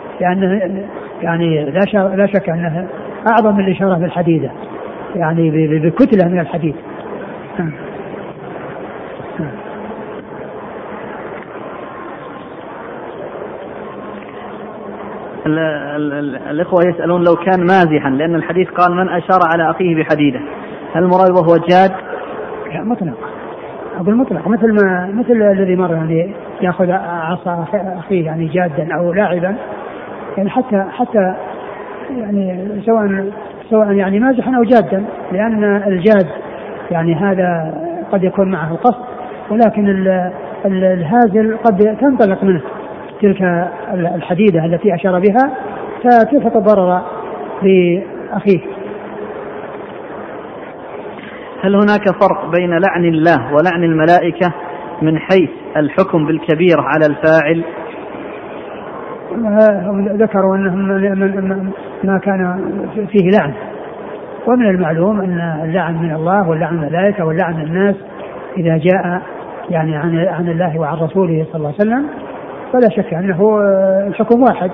يعني لا شك أنه أعظم من الإشارة بالحديدة، يعني بكتلة من الحديد. الإخوة يسألون لو كان مازحا، لأن الحديث قال من أشار على أخيه بحديدة، هل المراد وهو جاد؟ مطلق، أقول مطلق، مثل الذي مر يعني يأخذ عصا أخيه يعني جادا أو لاعبا، يعني حتى يعني سواء يعني مازحا أو جادا، لأن الجاد يعني هذا قد يكون معه القصد، ولكن الهازل قد تنطلق منه تلك الحديدة التي أشار بها فتلفت الضرر لأخيه. هل هناك فرق بين لعن الله ولعن الملائكة من حيث الحكم بالكبيرة على الفاعل؟ ذكروا أنهم ما كان فيه لعن، ومن المعلوم أن اللعن من الله واللعن الملائكة واللعن الناس إذا جاء يعني عن الله وعن رسوله صلى الله عليه وسلم فلا شك أنه الحكم واحد.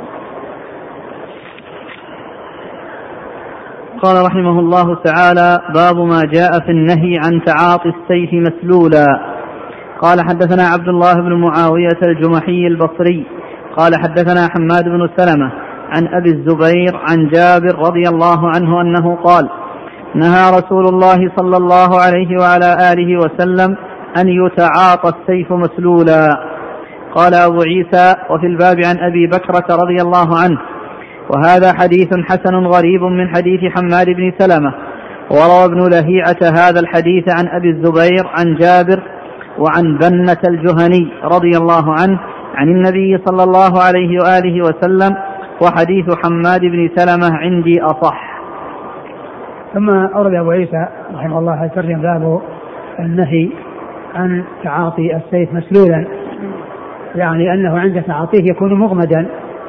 قال رحمه الله تعالى: باب ما جاء في النهي عن تعاطي السيف مسلولا. قال حدثنا عبد الله بن معاوية الجمحي البصري قال حدثنا حماد بن سلمة عن أبي الزبير عن جابر رضي الله عنه أنه قال: نهى رسول الله صلى الله عليه وعلى آله وسلم أن يتعاطى السيف مسلولا. قال أبو عيسى: وفي الباب عن أبي بكرة رضي الله عنه. وهذا حديث حسن غريب من حديث حماد بن سلمة. وروى ابن لهيعة هذا الحديث عن أبي الزبير عن جابر وعن بنة الجهني رضي الله عنه عن النبي صلى الله عليه وآله وسلم، وحديث حماد بن سلمة عندي أصح. ثم أورد أبو عيسى رحمه الله الترجمة باب النهي عن تعاطي السيف مسلولا، يعني أنه عند تعاطيه يكون مغمدا،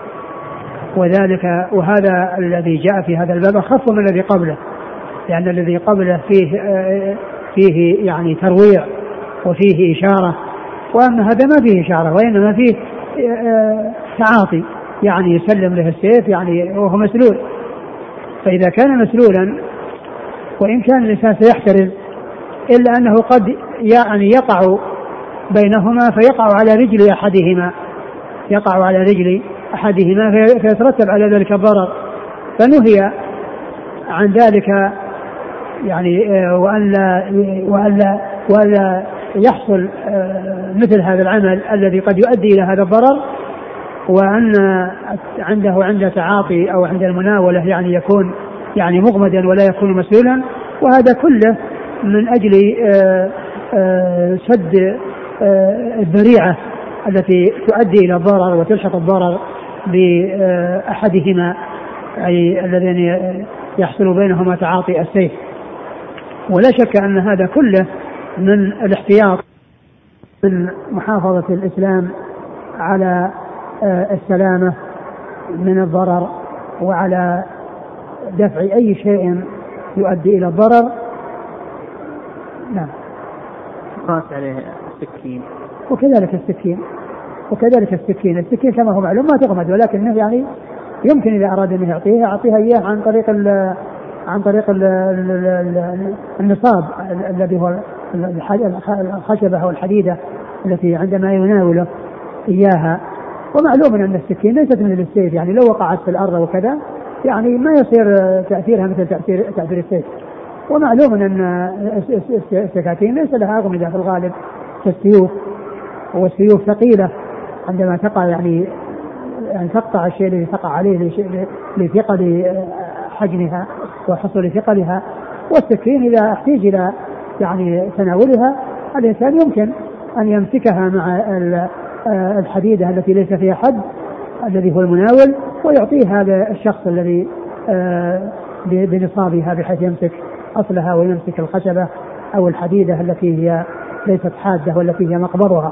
وهذا الذي جاء في هذا الباب أخف من الذي قبله، لأن الذي قبله فيه يعني ترويع وفيه إشارة، وأما هذا ما فيه إشارة وإنما فيه تعاطي، يعني يسلم له السيف يعني وهو مسلول. فإذا كان مسلولا وإن كان الإنسان سيحترز إلا أنه قد يعني يقع بينهما فيقع على رجل أحدهما فيترتب على ذلك الضرر، فنهي عن ذلك يعني وألا يحصل مثل هذا العمل الذي قد يؤدي إلى هذا الضرر، وأن عند تعاطي أو عند المناولة يعني يكون يعني مغمدا ولا يكون مسلولا. وهذا كله من أجل سد الذريعة التي تؤدي إلى الضرر وتلحق الضرر بأحدهما، أي الذين يحصل بينهما تعاطي السيف. ولا شك أن هذا كله من الاحتياط من محافظة الإسلام على السلامة من الضرر وعلى دفع أي شيء يؤدي إلى الضرر. نعم. قاس عليه السكين. وكذلك السكين كما هو معلوم ما تغمد، ولكنه يعني يمكن إذا أراد أن يعطيها إياه عن طريق النصاب الذي هو الخشبة أو الحديدة التي عندما يناوله إياها. ومعلوم أن السكين ليست مثل السيف، يعني لو وقعت في الأرض وكذا يعني ما يصير تأثيرها مثل تأثير السيف. ومعلوم أن السكاكين ليس لها أغمدة في الغالب كالسيوف، والسيوف ثقيلة عندما تقع يعني تقطع الشيء الذي تقع عليه لثقل حجمها وحصول ثقلها. والسكين إذا احتاج إلى يعني تناولها الإنسان يمكن أن يمسكها مع الحديدة التي ليس فيها حد الذي هو المناول، ويعطيه هذا الشخص الذي بنصابها بحيث يمسك أصلها ويمسك الخشبة أو الحديدة التي هي ليست حادة والتي هي مقبضها.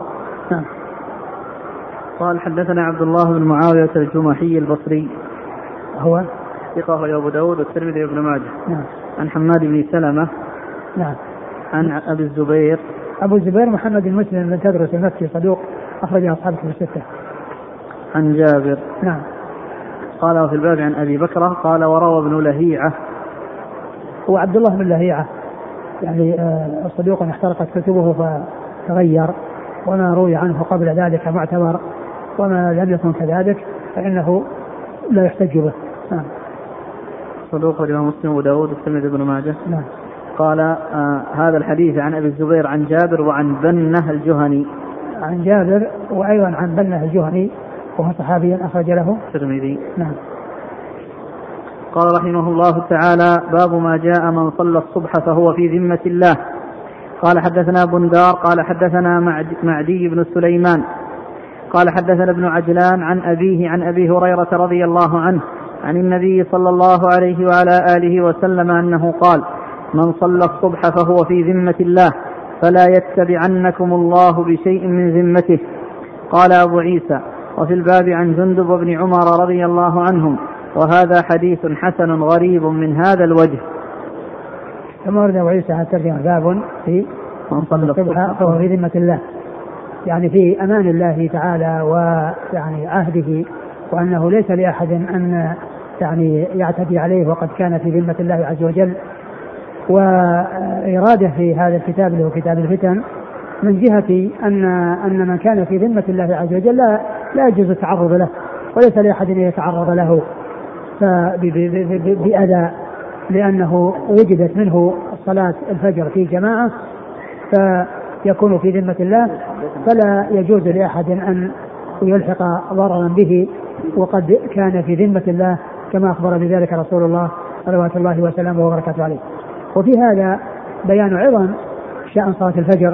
نعم. قال حدثنا عبد الله بن معاوية الجمحي البصري هو ثقة أبو داود والترمذي وابن ماجه. نعم. عن حماد بن سلمة. نعم. عن أبي الزبير. أبو الزبير محمد بن مسلم بن تدرس المكي صدوق أخرج أصحابه في الستة. عن جابر. نعم. قال في الباب عن أبي بكرة قال وروى ابن لهيعة. هو عبد الله بن لهيعة يعني صدوق احترقت كتبه فتغير، وما روي عنه قبل ذلك معتبر، وما لم يكن كذلك فإنه لا يحتج به. نعم. صدوق رواه مسلم وداود والترمذي وابن ماجه. نعم. قال هذا الحديث عن أبي الزبير عن جابر وعن بنة الجهني. عن جابر وأيضا عن بنة الجهني وهو صحابي أخرج له الترمذي. نعم. قال رحمه الله تعالى باب ما جاء من صلى الصبح فهو في ذمة الله. قال حدثنا بندار قال حدثنا معدي بن سليمان قال حدثنا ابن عجلان عن أبيه عن أبي هريرة رضي الله عنه عن النبي صلى الله عليه وعلى آله وسلم أنه قال من صلى الصبح فهو في ذمة الله فلا يتبعنكم الله بشيء من ذمته. قال أبو عيسى وفي الباب عن جندب بن عمر رضي الله عنهم وهذا حديث حسن غريب من هذا الوجه. ثم ورد أبو عيسى الترجمة باب في من صلى الصبح فهو في ذمة الله، يعني في أمان الله تعالى ويعني عهده، وأنه ليس لأحد أن يعني يعتدي عليه وقد كان في ذمة الله عز وجل. وإرادة في هذا الكتاب اللي هو كتاب الفتن من جهة أن من كان في ذمة الله عز وجل لا يجوز التعرض له، وليس لأحد أن يتعرض له بأذى، لأنه وجدت منه صلاة الفجر في جماعة فيكون في ذمة الله، فلا يجوز لأحد أن يلحق ضررا به وقد كان في ذمة الله كما أخبر بذلك رسول الله صلوات الله وسلامه وبركاته عليه. وفي هذا بيان عظم شأن صلاة الفجر،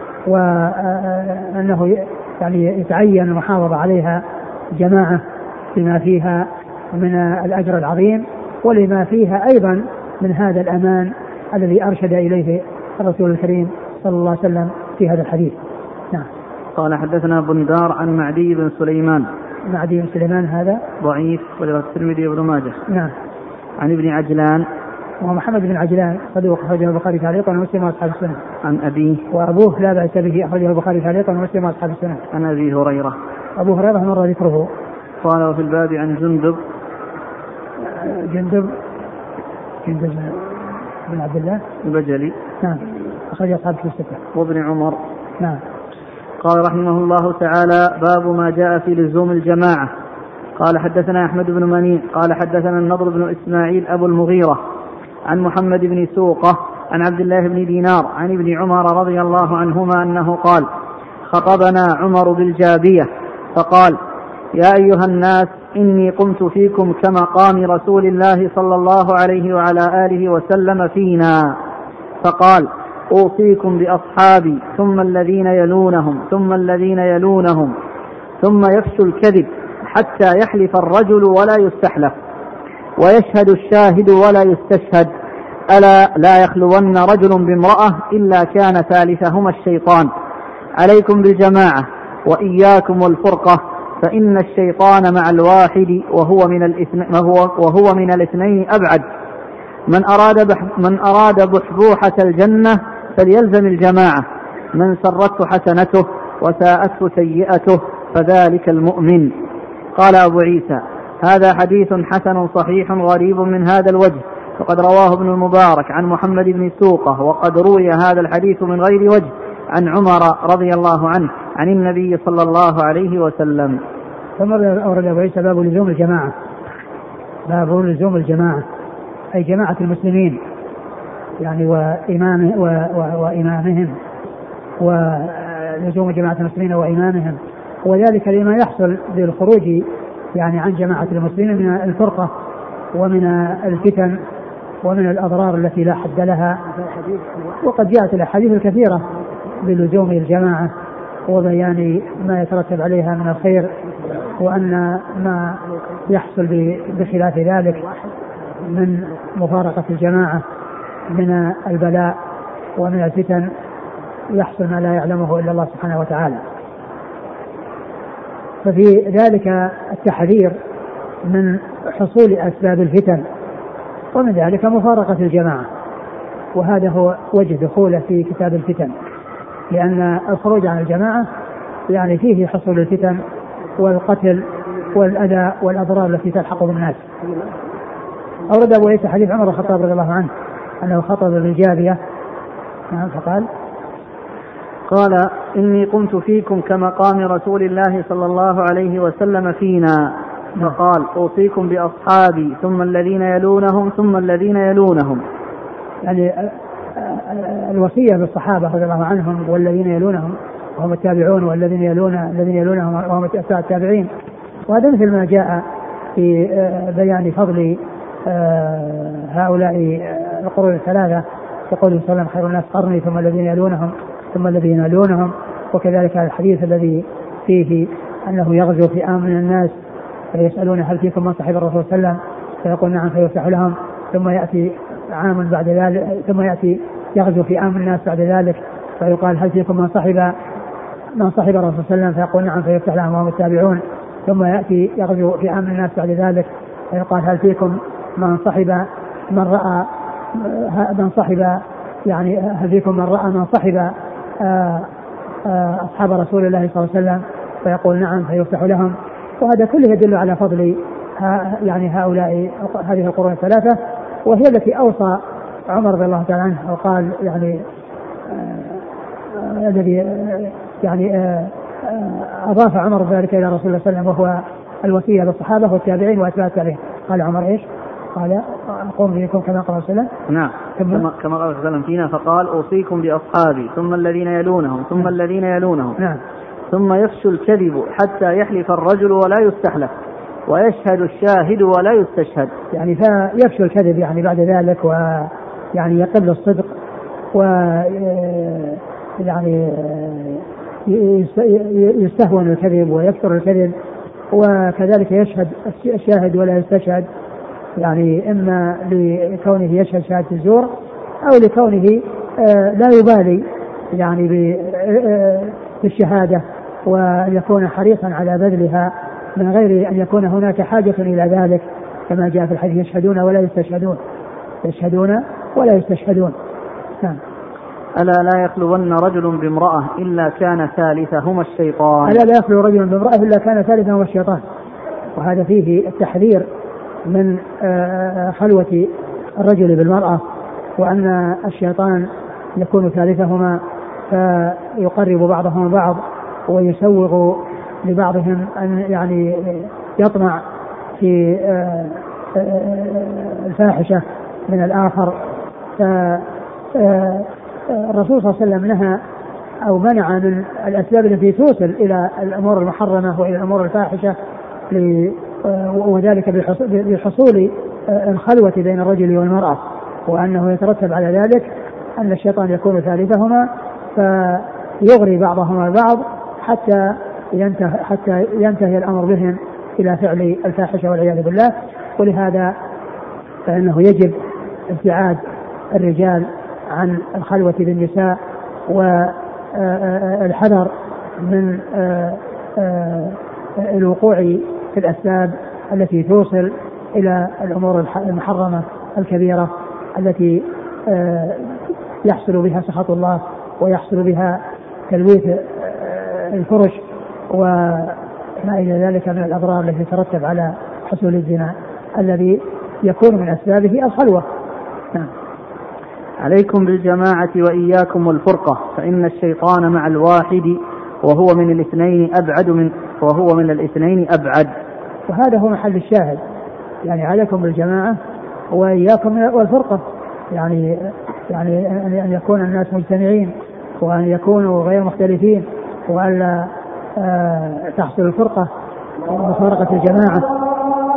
وأنه يعني يتعين المحافظة عليها جماعة بما فيها من الأجر العظيم، ولما فيها أيضا من هذا الأمان الذي أرشد إليه الرسول الكريم صلى الله عليه وسلم في هذا الحديث. نعم. قال حدثنا بندار عن معدي بن سليمان. معدي بن سليمان هذا ضعيف وله الترمذي وابن ماجه. نعم. عن ابن عجلان وهو محمد بن عجلان صدوق أخرجه البخاري تعليقا ومسلم وأصحاب السنة. عن أبيه وأبوه لا بأس به أخرجه البخاري تعليقا ومسلم وأصحاب السنة. عن أبي هريرة. أبو هريرة مر ذكره. قال وفي الباب عن جندب بن عبد الله البجلي. نعم. أخرج أصحاب الستة. وابن عمر. نعم. قال رحمه الله تعالى باب ما جاء في لزوم الجماعة. قال حدثنا أحمد بن منيع قال حدثنا النضر بن إسماعيل أبو المغيرة عن محمد بن سوقة عن عبد الله بن دينار عن ابن عمر رضي الله عنهما أنه قال خطبنا عمر بالجابية فقال يا أيها الناس إني قمت فيكم كمقام رسول الله صلى الله عليه وعلى آله وسلم فينا، فقال أوصيكم بأصحابي ثم الذين يلونهم ثم الذين يلونهم ثم يفشو الكذب حتى يحلف الرجل ولا يستحلف ويشهد الشاهد ولا يستشهد، ألا لا يخلون رجل بامرأة إلا كان ثالثهما الشيطان، عليكم بالجماعة وإياكم والفرقة فإن الشيطان مع الواحد وهو من الاثنين أبعد، من أراد بحبوحة الجنة فليلزم الجماعة، من سرته حسنته وساءته سيئته فذلك المؤمن. قال أبو عيسى هذا حديث حسن صحيح غريب من هذا الوجه، فقد رواه ابن المبارك عن محمد بن سوقة، وقد روي هذا الحديث من غير وجه عن عمر رضي الله عنه عن النبي صلى الله عليه وسلم. ثم أورد أبو عيسى باب لزوم الجماعة. باب لزوم الجماعة أي جماعة المسلمين يعني وإمامهم ولزوم جماعة المسلمين وإمامهم، وذلك لما يحصل بالخروج يعني عن جماعة المسلمين من الفرقة ومن الفتن ومن الأضرار التي لا حد لها. وقد جاءت الأحاديث الكثيرة بلزوم الجماعة وبيان ما يترتب عليها من الخير، وأن ما يحصل بخلاف ذلك من مفارقة الجماعة من البلاء ومن الفتن يحصل ما لا يعلمه إلا الله سبحانه وتعالى. ففي ذلك التحذير من حصول أسباب الفتن، ومن ذلك مفارقة الجماعة، وهذا هو وجه دخوله في كتاب الفتن، لأن الخروج عن الجماعة يعني فيه حصول الفتن والقتل والأذى والأضرار التي تلحق بالناس. أورد أبو عيسى حديث عمر الخطاب رضي الله عنه أنه خطب بالجابية قال إني قمت فيكم كمقام رسول الله صلى الله عليه وسلم فينا، فقال أوصيكم بأصحابي ثم الذين يلونهم ثم الذين يلونهم. يعني الوصية بالصحابة رضي الله عنهم والذين يلونهم وهم التابعون والذين يلونهم وهم التابعين، وهذا مثل ما جاء في بيان فضل هؤلاء القرون الثلاثة، يقول صلى الله عليه وسلم خير الناس قرني ثم الذين يلونهم ثم الذين يلونهم. وكذلك الحديث الذي فيه أنه يغزو في آمن الناس فيسألون هل فيكم من صحب الرسول صلى الله عليه وسلم فيقول نعم فيفتح لهم، ثم يأتي عام بعد ذلك ثم يأتي يغزو في آمن الناس بعد ذلك فيقال هل فيكم من صحب الرسول صلى الله عليه وسلم فيقول نعم فيفتح لهم وهم التابعون، ثم يأتي يغزو في آمن الناس بعد ذلك فيقال هل فيكم من صحب من رأى من صحب يعني هل فيكم من رأى من صحب أصحاب رسول الله صلى الله عليه وسلم فيقول نعم فيفتح لهم. وهذا كله يدل على فضل يعني هؤلاء هذه القرون الثلاثة، وهي التي أوصى عمر رضي الله تعالى عنه وقال يعني الذي يعني أضاف عمر ذلك إلى رسول الله صلى الله عليه وسلم وهو الوصية بالصحابة والتابعين وأتباع التابعين. قال عمر إيش؟ قال أقوم بكم كما قال صلى الله عليه وسلم. نعم كما قال صلى الله عليه وسلم فينا، فقال أوصيكم بأصحابي ثم الذين يلونهم ثم الذين يلونهم. نعم. ثم يفشو الكذب حتى يحلف الرجل ولا يستحلف ويشهد الشاهد ولا يستشهد. يعني فيفشو الكذب يعني بعد ذلك ويعني يقل الصدق ويعني يستهون الكذب ويكثر الكذب، وكذلك يشهد الشاهد ولا يستشهد، يعني إما لكونه يشهد شهادة الزور أو لكونه لا يبالي يعني بالشهادة وأن يكون حريصا على بذلها من غير أن يكون هناك حاجة إلى ذلك، كما جاء في الحديث يشهدون ولا يستشهدون، يشهدون ولا يستشهدون. ألا لا يخلون رجل بامرأة إلا كان ثالثهما الشيطان. ألا لا يخلو رجل بامرأة إلا كان ثالثهما الشيطان. وهذا فيه التحذير من خلوة الرجل بالمرأة، وأن الشيطان يكون ثالثهما فيقرب بعضهم بعض ويسوغ لبعضهم أن يعني يطمع في الفاحشة من الآخر. الرسول صلى الله عليه وسلم نهى أو منع من الأسباب التي توصل إلى الأمور المحرمة وإلى الأمور الفاحشة، وذلك بحصول الخلوة بين الرجل والمرأة، وأنه يترتب على ذلك أن الشيطان يكون ثالثهما فيغري بعضهما البعض حتى ينتهي الأمر بهم إلى فعل الفاحشة والعياذ بالله. ولهذا فإنه يجب ابتعاد الرجال عن الخلوة بالنساء والحذر من الوقوع في الأسباب التي توصل إلى الأمور المحرمة الكبيرة التي يحصل بها سخط الله ويحصل بها تلويث الفرش وما إلى ذلك من الأضرار التي تترتب على حصول الزنا الذي يكون من أسبابه الخلوة. نعم. عليكم بالجماعة وإياكم والفرقة، فإن الشيطان مع الواحد وهو من الاثنين أبعد. وهذا هو محل الشاهد، يعني عليكم بالجماعة وإياكم والفرقة، يعني أن يكون الناس مجتمعين وأن يكونوا غير مختلفين وألا تحصل الفرقة ومفارقة الجماعة.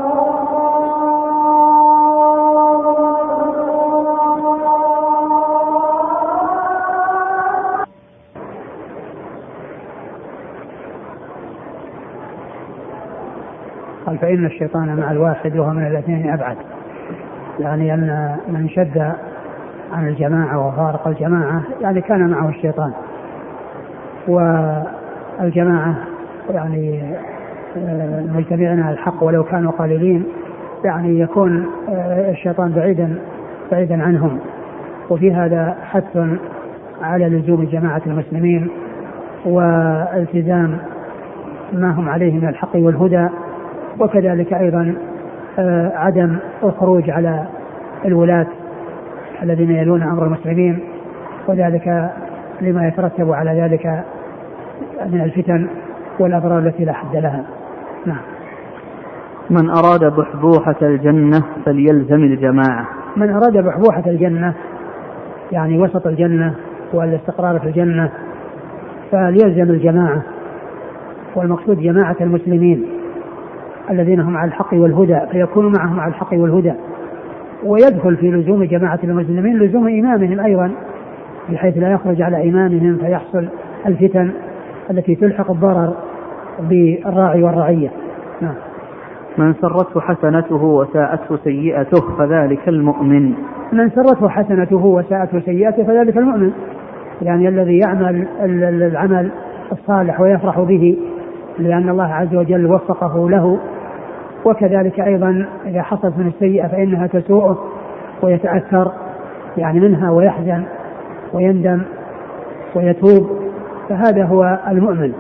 قال فإن الشيطان مع الواحد وهو من الاثنين أبعد، يعني أن من شد عن الجماعة وفارق الجماعة يعني كان معه الشيطان، والجماعة يعني المجتمعين على الحق ولو كانوا قليلين يعني يكون الشيطان بعيدا عنهم. وفي هذا حث على لزوم جماعة المسلمين والتزام ما هم عليه من الحق والهدى، وكذلك أيضا عدم الخروج على الولاة الذين يلون أمر المسلمين، وذلك لما يترتب على ذلك من الفتن والأضرار التي لا حد لها. نعم. من أراد بحبوحة الجنة فليلزم الجماعة. من أراد بحبوحة الجنة يعني وسط الجنة والاستقرار في الجنة فليلزم الجماعة، والمقصود جماعة المسلمين الذين هم على الحق والهدى، فيكونوا معهم على الحق والهدى. ويدخل في لزوم جماعة المسلمين لزوم إمامهم أيضا، بحيث لا يخرج على إمامهم فيحصل الفتن التي تلحق الضرر بالراعي والرعية. نعم. من سرته حسنته وساءته سيئته فذلك المؤمن. من سرته حسنته وساءته سيئته فذلك المؤمن، يعني الذي يعمل العمل الصالح ويفرح به لأن الله عز وجل وفقه له، وكذلك أيضا إذا حصلت من السيئة فإنها تسوءه ويتأثر يعني منها ويحزن ويندم ويتوب، فهذا هو المؤمن.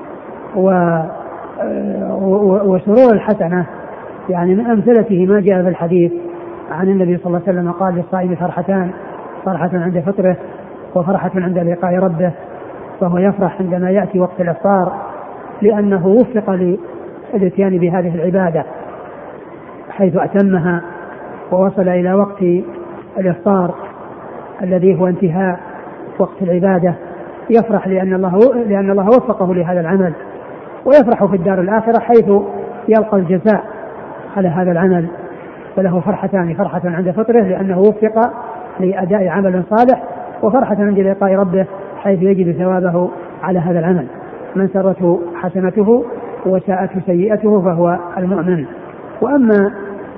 وسرور الحسنة يعني من أمثلته ما جاء في الحديث عن النبي صلى الله عليه وسلم قال للصائم فرحتان، فرحة عند فطره وفرحة عند لقاء ربه، فهو يفرح عندما يأتي وقت الإفطار لأنه وفق للاتيان بهذه العبادة حيث أتمها ووصل إلى وقت الإفطار الذي هو انتهاء وقت العبادة، يفرح لأن الله وفقه لهذا العمل، ويفرح في الدار الآخرة حيث يلقى الجزاء على هذا العمل، فله فرحتان، فرحة عند فطره لأنه وفق لأداء عمل صالح، وفرحة عند لقاء ربه حيث يجد ثوابه على هذا العمل. من سرته حسنته وساءته سيئته فهو المؤمن. وأما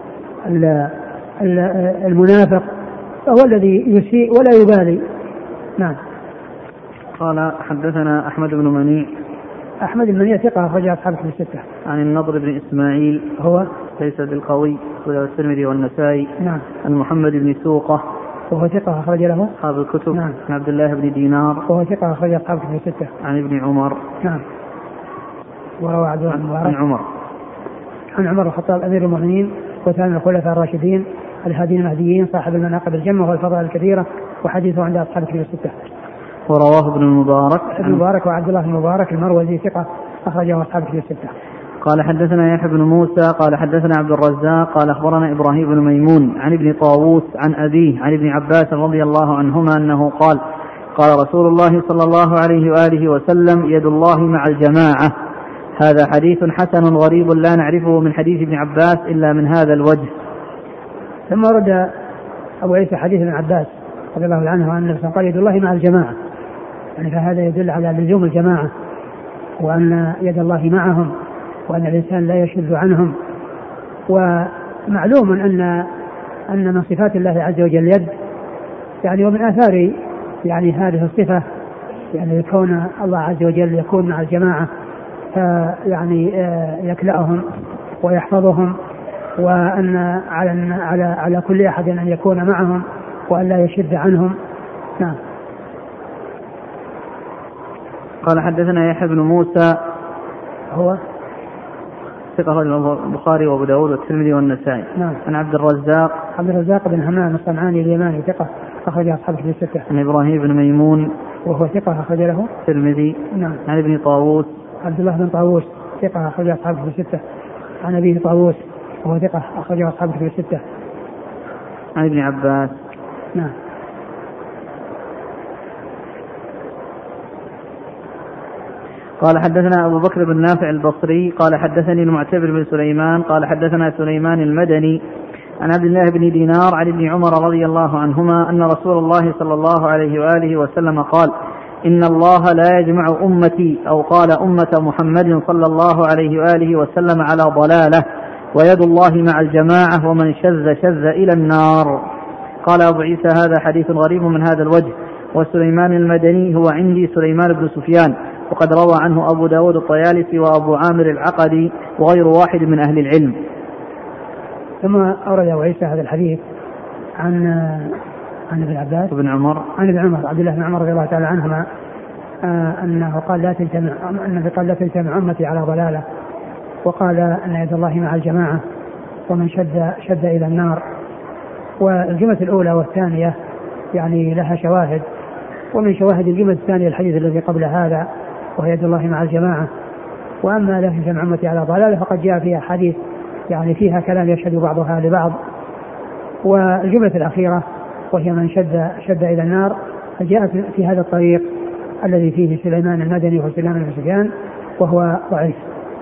المنافق فهو الذي يسيء ولا يبالي. نعم. قال حدثنا أحمد بن منيع. أحمد بن منيع ثقة أخرج أصحاب الكتب الستة. عن النضر بن إسماعيل هو ليس بالقوي أخرجه الترمذي والنسائي. نعم. عن محمد بن سوقة وهو ثقة أخرج له أصحاب الكتب. نعم. عن عبد الله بن دينار وهو ثقة أخرج أصحاب الكتب الستة. عن ابن عمر. نعم. وروى عبد الله عن عمر عن عمر الخطاب أمير المؤمنين وثاني الخلفاء الراشدين الهادين المهديين صاحب المناقب الجمة والفضائل الكثيرة، وحديثه عند أصحاب الكتب الستة. ورواه ابن المبارك. ابن المبارك وعبد الله المبارك المروزي ثقة أخرجه أصحاب الكتب الستة. قال حدثنا يحيى بن موسى قال حدثنا عبد الرزاق قال أخبرنا إبراهيم بن ميمون عن ابن طاووس عن أبيه عن ابن عباس رضي الله عنهما أنه قال قال رسول الله صلى الله عليه وآله وسلم يد الله مع الجماعة. هذا حديث حسن غريب لا نعرفه من حديث ابن عباس إلا من هذا الوجه. ثم ورد أبو عيسى حديث ابن عباس رضي الله عنه أن النبي قال يد الله مع الجماعة، يعني فهذا يدل على لزوم الجماعة وأن يد الله معهم وأن الإنسان لا يشذ عنهم. ومعلوم أن من صفات الله عز وجل يد، يعني ومن آثار يعني هذه الصفة يعني يكون الله عز وجل يكون مع الجماعة فيعني يكلأهم ويحفظهم، وأن على كل أحد أن يكون معهم وأن لا يشد عنهم. نعم. قال حدثنا يحيى بن موسى هو ثقة البخاري وابو داود والترمذي والنسائي. نعم. عن عبد الرزاق بن همام الصنعاني اليماني ثقة أخرج أصحاب الكتب الستة. عن إبراهيم بن ميمون وهو ثقة أخرج له الترمذي. نعم. عن ابن طاووس عبد الله بن طاووس ثقة أخرج أصحاب الكتب الستة. عن أبيه طاووس وهو ثقة أخرج أصحاب الكتب الستة. عن ابن عباس. نعم. قال حدثنا أبو بكر بن نافع البصري قال حدثني المعتبر بن سليمان قال حدثنا سليمان المدني عن عبد الله بن دينار عن ابن عمر رضي الله عنهما أن رسول الله صلى الله عليه وآله وسلم قال إن الله لا يجمع أمتي أو قال أمة محمد صلى الله عليه وآله وسلم على ضلالة ويد الله مع الجماعة ومن شذ إلى النار. قال أبو عيسى هذا حديث غريب من هذا الوجه. وسليمان المدني هو عندي سليمان بن سفيان وقد روى عنه أبو داود الطيالسي وأبو عامر العقدي وغير واحد من أهل العلم. ثم أورد أبو عيسى هذا الحديث عن ابن عباس ابن عمر عن ابن عمر عبد الله بن عمر رضي الله تعالى عنهما أنه قال لا تجتمع أمتي على ضلالة، وقال أن يد الله مع الجماعة ومن شد إلى النار. والجملة الأولى والثانية يعني لها شواهد، ومن شواهد الجملة الثانية الحديث الذي قبل هذا وهي يد الله مع الجماعة. وأما لا تجتمع أمتي على ضلالة فقد جاء فيها حديث يعني فيها كلام يشهد بعضها لبعض. والجملة الأخيرة وهي من شد إلى النار جاءت في هذا الطريق الذي فيه سليمان المدني وسليمان بن سفيان وهو ضعيف.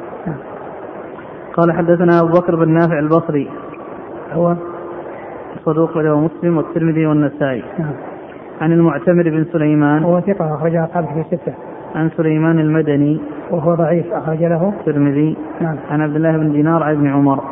قال حدثنا أبو بكر بن نافع البصري هو صدوق له مسلم والترمذي والنسائي. عن المعتمر بن سليمان وهو ثقة أخرج أصحابه في 6. عن سليمان المدني وهو ضعيف أخرج له الترمذي. عن عبد الله بن دينار عن ابن عمر.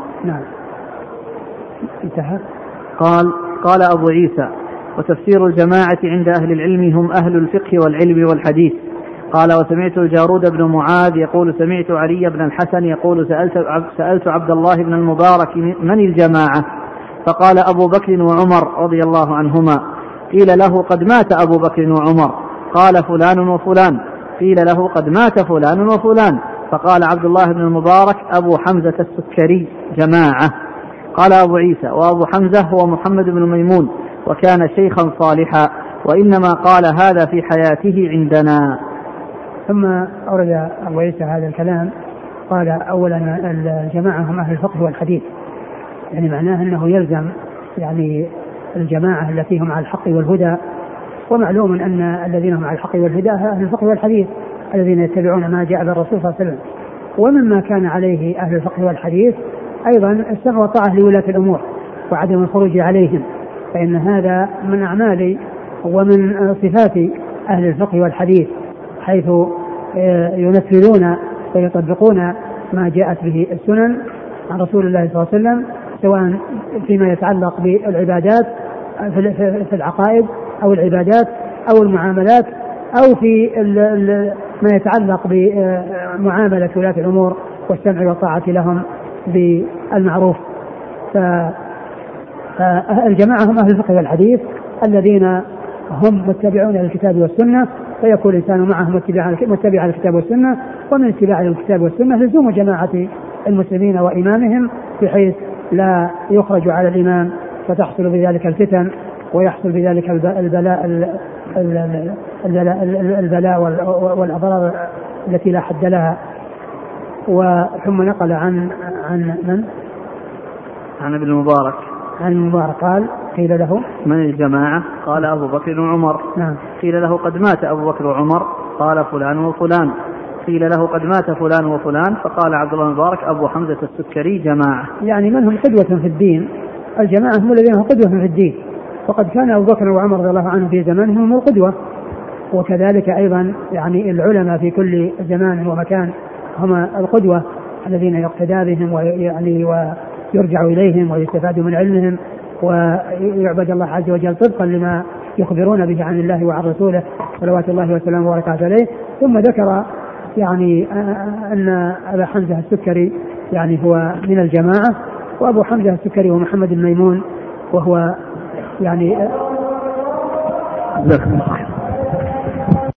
انتهى. قال أبو عيسى: وتفسير الجماعة عند أهل العلم هم أهل الفقه والعلم والحديث. قال: وسمعت الجارود بن معاذ يقول: سمعت علي بن الحسن يقول: سألت عبد الله بن المبارك: من الجماعة؟ فقال: أبو بكر وعمر رضي الله عنهما. قيل له: قد مات أبو بكر وعمر. قال: فلان وفلان. قيل له: قد مات فلان وفلان. فقال عبد الله بن المبارك: أبو حمزة السكري جماعة. قال أبو عيسى: وأبو حمزة هو محمد بن ميمون، وكان شيخا صالحا، وإنما قال هذا في حياته عندنا. ثم أورد أبو عيسى هذا الكلام. قال: أولا الجماعة هم أهل الفقه والحديث، يعني معناه أنه يلزم يعني الجماعة التي هم على الحق والهدى. ومعلوم أن الذين هم على الحق والهدى أهل الفقه والحديث الذين يتبعون ما جاء بالرسول صلى الله عليه وسلم. ومما كان عليه أهل الفقه والحديث أيضا السمع والطاعة لولاة الأمور وعدم الخروج عليهم، فإن هذا من أعمال ومن صفات أهل الفقه والحديث، حيث ينفذون ويطبقون ما جاءت به السنن عن رسول الله صلى الله عليه وسلم، سواء فيما يتعلق بالعبادات في العقائد أو العبادات أو المعاملات، أو في ما يتعلق بمعاملة ولاة الأمور والسمع والطاعة لهم بالمعروف. فالجماعة هم أهل الفقه والحديث الذين هم متبعون للكتاب والسنة، فيكون الإنسان معهم متبعا للكتاب والسنة. ومن اتباع الكتاب والسنة لزوم جماعة المسلمين وإمامهم، بحيث لا يخرج على الإمام فتحصل بذلك الفتن ويحصل بذلك البلاء والأضرار التي لا حد لها. ثم نقل عن من؟ عن ابن المبارك. عن المبارك قال: قيل له: من الجماعة؟ قال: أبو بكر وعمر. قيل له: قد مات أبو بكر وعمر. قال: فلان وفلان. قيل له: قد مات فلان وفلان. فقال عبد الله المبارك: أبو حمزة السكري جماعة. يعني من هم قدوة في الدين. الجماعة هم الذين هم قدوة في الدين، وقد كان أبو بكر وعمر رضي الله عنهم في زمانهم هم القدوة، وكذلك أيضا يعني العلماء في كل زمان ومكان هم القدوة الذين يقتدى بهم ويعني ويرجع إليهم ويستفاد من علمهم ويعبد الله عز وجل طبقا لما يخبرون به عن الله وعن رسوله صلوات الله وسلامه وبركاته عليه. ثم ذكر يعني أن أبا حمزة السكري يعني هو من الجماعة، وأبو حمزة السكري هو محمد الميمون، وهو يعني